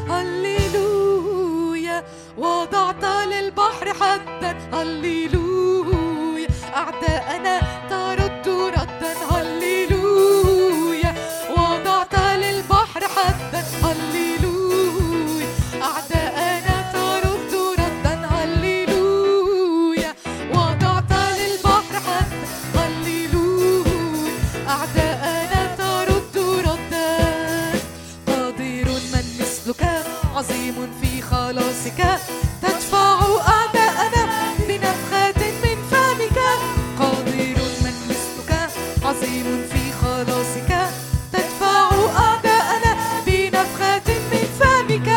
هللويا. وضعت للبحر حدا، هللويا. أعداءنا ترد ردا، هللويا. وضعت للبحر حدا، هللويا. أعداءنا ترد ردا، هللويا. وضعت للبحر حدا، هللويا. أعداءنا ترد ردا. قادر من مثلك، عظيم في خلاصك، تدفع أعداءنا بنفخات من فمك. قادر من مثلك، عظيم في خلاصك، تدفع أعداءنا بنفخات من فمك.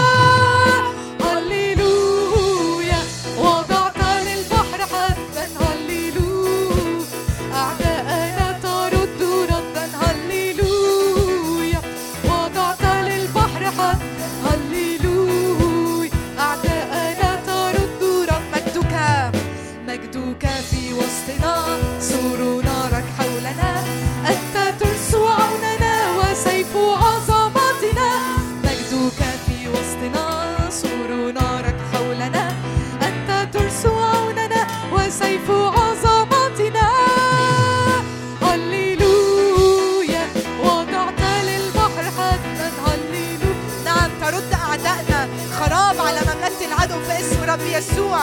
هللويا. وضعت للبحر حدا، هللويا. أعداءنا ترد ردا، هللويا. وضعت للبحر حدا، هللويا. أعداءنا ترد ردا. مجدك في وسطنا، سور نارك حولنا، أنت ترس عوننا وسيف عظمتنا. مجدك في وسطنا، سور نارك حولنا، أنت ترس عوننا وسيف عظمتنا. هللويا. وضعت للبحر حدا، هللويا. نعم ترد أعدائنا، خراب على مملكة العدو في اسم رب يسوع.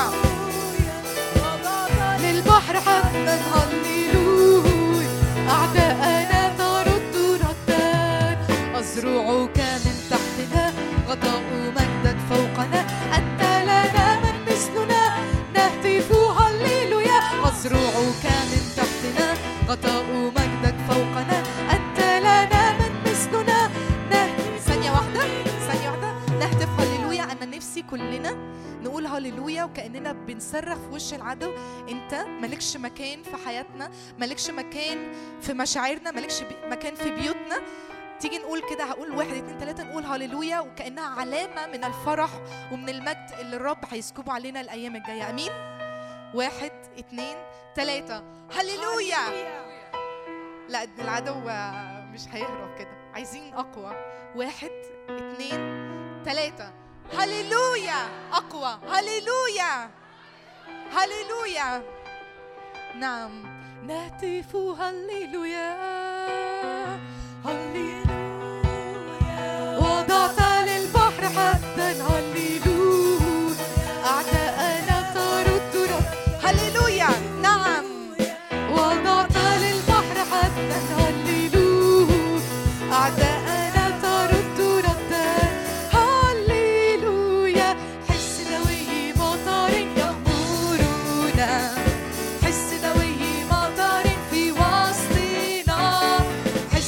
للبحر حدا، هللويا. أعداءنا ترد ردا. أزرعك من تحتنا، غطاء مجدك فوقنا، أنت لنا من مثلنا، نهتف هللويا. أزرعك من تحتنا، غطاء مجدك فوقنا، أنت لنا من مثلنا، ثانية واحدة نهتف هللويا. أنا نفسي كلنا نقول هللويا وكأننا بنصرخ في وش العدو. انت مالكش مكان في حياتنا، مالكش مكان في مشاعرنا، مالكش مكان في بيوتنا. تيجي نقول كده، هقول 1 2 3 نقول هللويا، وكأنها علامة من الفرح ومن المجد اللي الرب هيسكبه علينا الأيام الجاية. أمين. 1 2 3 هللويا. لا العدو مش هيهرب كده، عايزين أقوى. 1 2 3 هللويا. أقوى. هللويا هللويا. نعم نهتف هللويا هللويا. وضعت للبحر حدا، هللويا. أعداءنا ترد ردا، هللويا. نعم وضعت للبحر حدا، هللويا. أعداءنا ترد ردا، هللويا. حس دوي مطر يغمرنا، حس دوي مطر في وسطنا، حس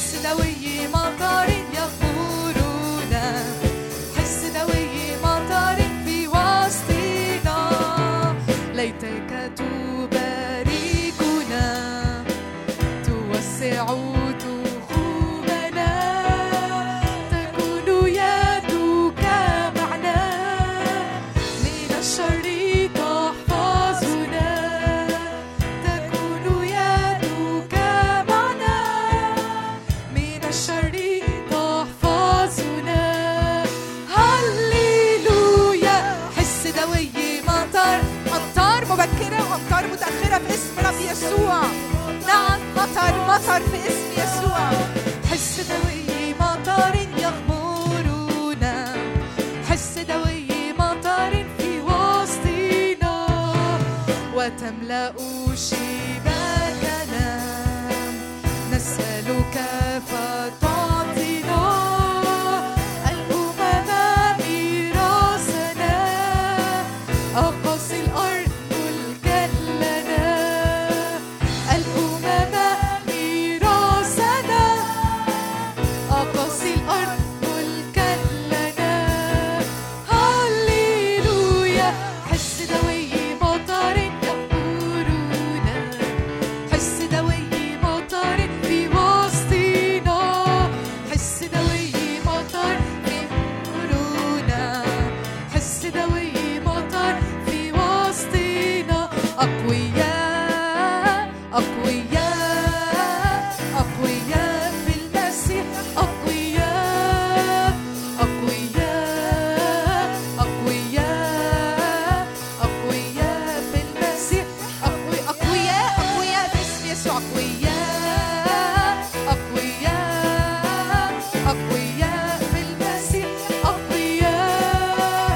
الشر تحفظنا، تكون يدك معنا، من الشر تحفظنا. هللويا. حس دوي مطر، أمطار مبكرة وأمطار متأخرة في اسم رب يسوع. نعم مطر مطر في اسم يسوع. حس دوي مطر يغمرنا، حس دوي مطر في وسطنا، وتملأ شباكنا، نسألك فتعطينا الأمم ميراثنا، أقاصي الأرض ملكا لنا، الأمم ميراثنا، أقاصي الأرض ملكا لنا. هللويا. حس دوي مطر يغمرنا، حس دوي مطر في وسطنا، حس دوي مطر يغمرنا، حس دوي مطر في وسطنا. أقوياء أقوياء أقوياء في المسيح، أقوياء أقوياء أقوياء أقوياء في المسيح، أقوياء أقوياء في اسم يسوع، أقوياء أقوياء أقوياء في المسيح، أقوياء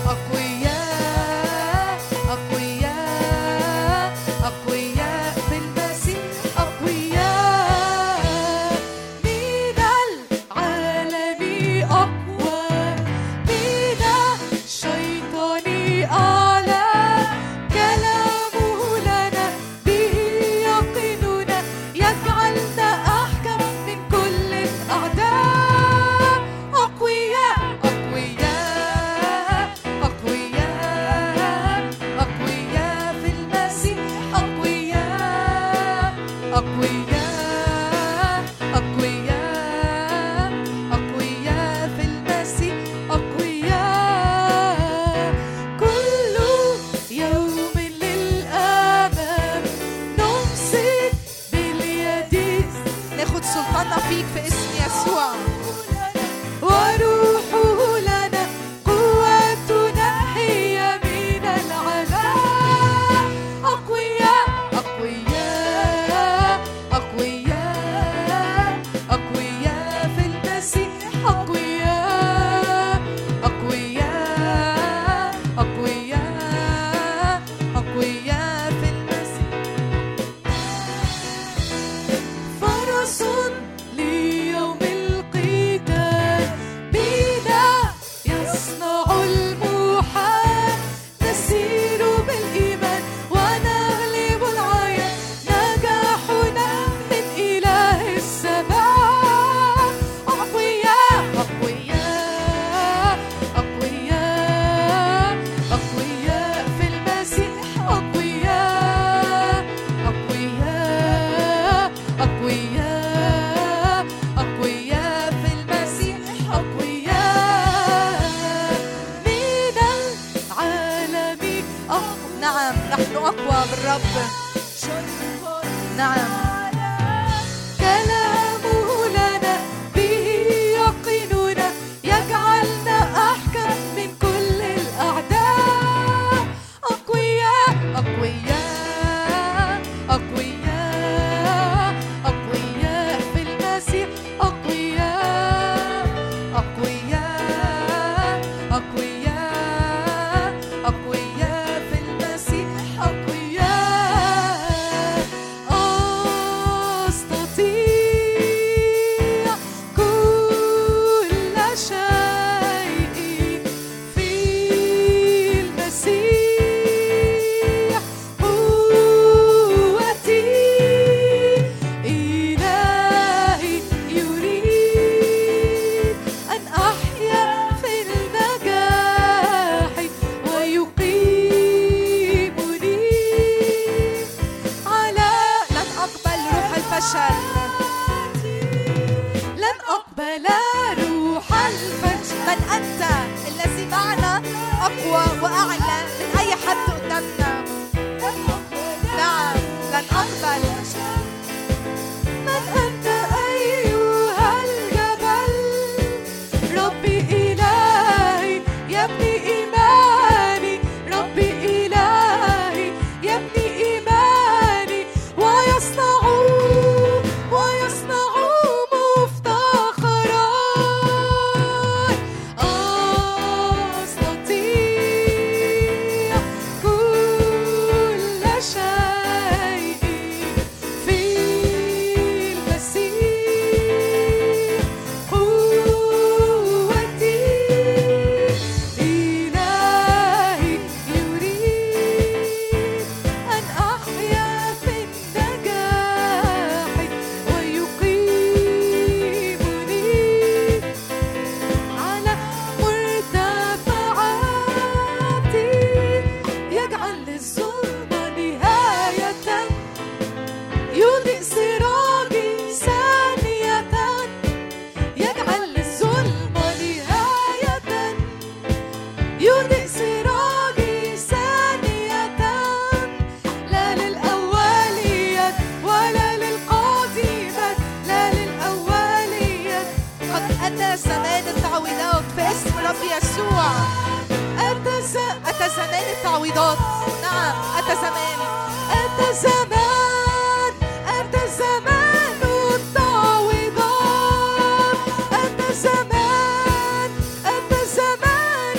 أقوياء أقوياء أقوياء في المسيح، أقوياء. من العالم أقوى، من الشيطان أعلى، كلامه لنا به يقيننا، يجعلنا أحكم من كل الأعداء. أقوياء أقوياء أقوياء أقوياء في المسيح، أقوياء أقوياء أقوياء أقوياء في المسيح، أقوياء. كل يوم للأمام نمسك باليد، ناخد سلطاننا فيك في اسم يسوع. وروحه لنا قوتنا هي من العلا، أقوياء أقوياء أقوياء أقوياء في المسيح، أقوياء أقوياء أقوياء أقوياء في المسيح. فرس ليوم القتال، بنا يصنع المحال، نسير بالإيمان ونغلب العيان، نجاحنا من إله السماء. أقوياء أقوياء أقوياء أقوياء في المسيح، أقوياء أقوياء أقوياء أقوياء في المسيح، أقوياء. من العالم نعم نحن أقوى بالرب. نعم كلامه لنا به يقيننا، يجعلنا أحكم من كل الأعداء. أقوياء أقوياء أقوياء أقوياء في المسيح، أقوياء أقوياء أقوياء أقوياء في المسيح، أقوياء. يسوع. أتى زمان التعويضات. نعم أتى زمان، أتى زمان، أتى زمان التعويضات، أتى زمان، أتى زمان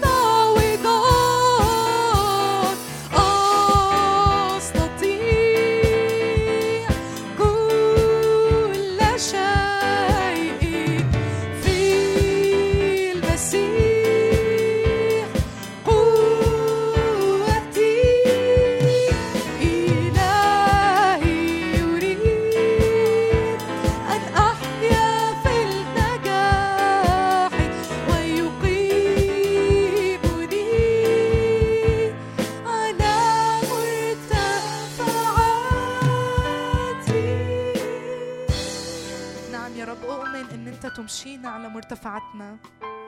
التعويضات. أستطيع كل شيء في المسيح قوتي. إلهي يريد أن أحيا في النجاح ويقيمني على مرتفعاتي. نعم يا رب، أؤمن أن أنت تمشينا على مرتفعاتنا.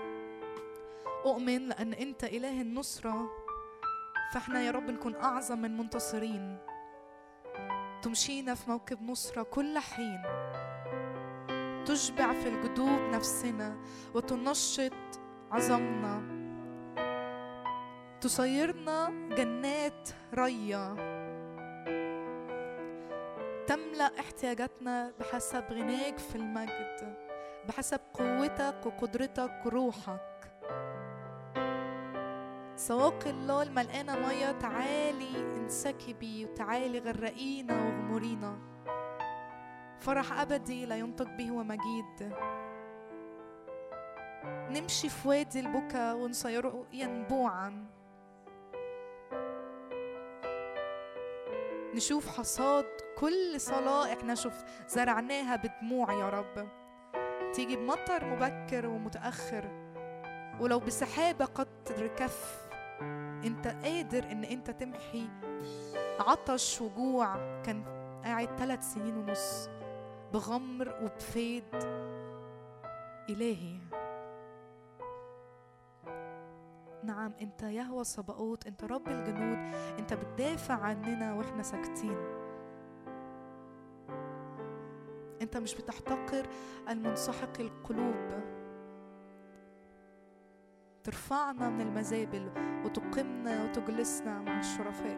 أؤمن لأن أنت إله النصرة، فإحنا يا رب نكون أعظم من منتصرين. تمشينا في موكب نصرة كل حين، تشبع في الجدوب نفسنا وتنشط عظمنا، تصيرنا جنات رية، تملأ احتياجاتنا بحسب غناك في المجد، بحسب قوتك وقدرتك وروحك. سواقي الله الملقانة مية، تعالي انسكبي وتعالي غرقينا واغمرينا. فرح أبدي لا ينطق به ومجيد. نمشي في وادي البكا ونصيره ينبوعا، نشوف حصاد كل صلاة احنا زرعناها بدموع يا رب. تيجي بمطر مبكر ومتأخر، ولو بسحابة قطر كف، انت قادر ان انت تمحي عطش وجوع كان قاعد 3 سنين ونص بغمر وبفيض إلهي. نعم انت يهوى صباؤوت، انت رب الجنود، انت بتدافع عننا واحنا ساكتين. انت مش بتحتقر المنسحق القلوب، ترفعنا من المزابل وتقيمنا وتجلسنا مع الشرفاء.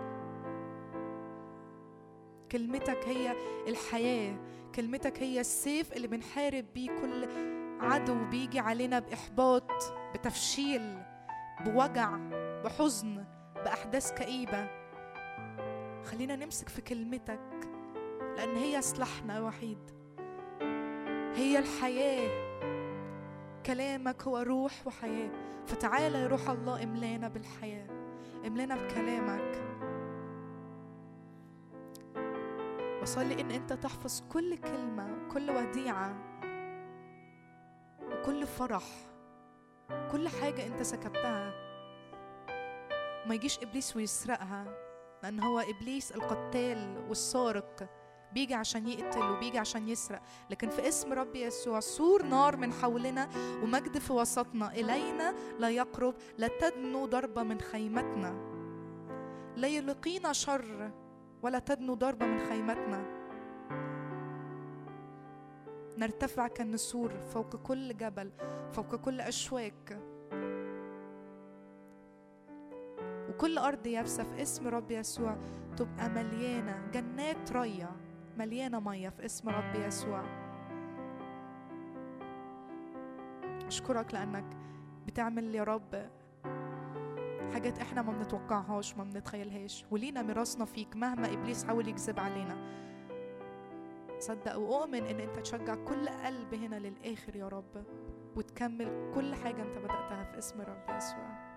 كلمتك هي الحياة، كلمتك هي السيف اللي بنحارب بيه كل عدو بيجي علينا بإحباط، بتفشيل، بوجع، بحزن، بأحداث كئيبة. خلينا نمسك في كلمتك لأن هي سلاحنا الوحيد، هي الحياة. كلامك هو روح وحياة، فتعالى يا روح الله املانا بالحياة، املانا بكلامك. وصلي إن أنت تحفظ كل كلمة وكل وديعة وكل فرح، كل حاجة أنت سكبتها، ما يجيش إبليس ويسرقها، لأن هو إبليس القتال والسارق، بيجي عشان يقتل وبيجي عشان يسرق. لكن في اسم رب يسوع سور نار من حولنا ومجد في وسطنا، إلينا لا يقرب، لا تدنو ضربة من خيمتنا، لا يلقينا شر ولا تدنو ضربة من خيمتنا. نرتفع كالنسور فوق كل جبل، فوق كل أشواك، وكل أرض يابسة في اسم رب يسوع تبقى مليانة جنات رية، مليانة مية في اسم رب يسوع. أشكرك لأنك بتعمل يا رب حاجات إحنا ما بنتوقعهاش ما بنتخيلهاش، ولينا ميراثنا فيك مهما إبليس حاول يكذب علينا. صدق وأؤمن إن أنت تشجع كل قلب هنا للآخر يا رب، وتكمل كل حاجة أنت بدأتها في اسم رب يسوع.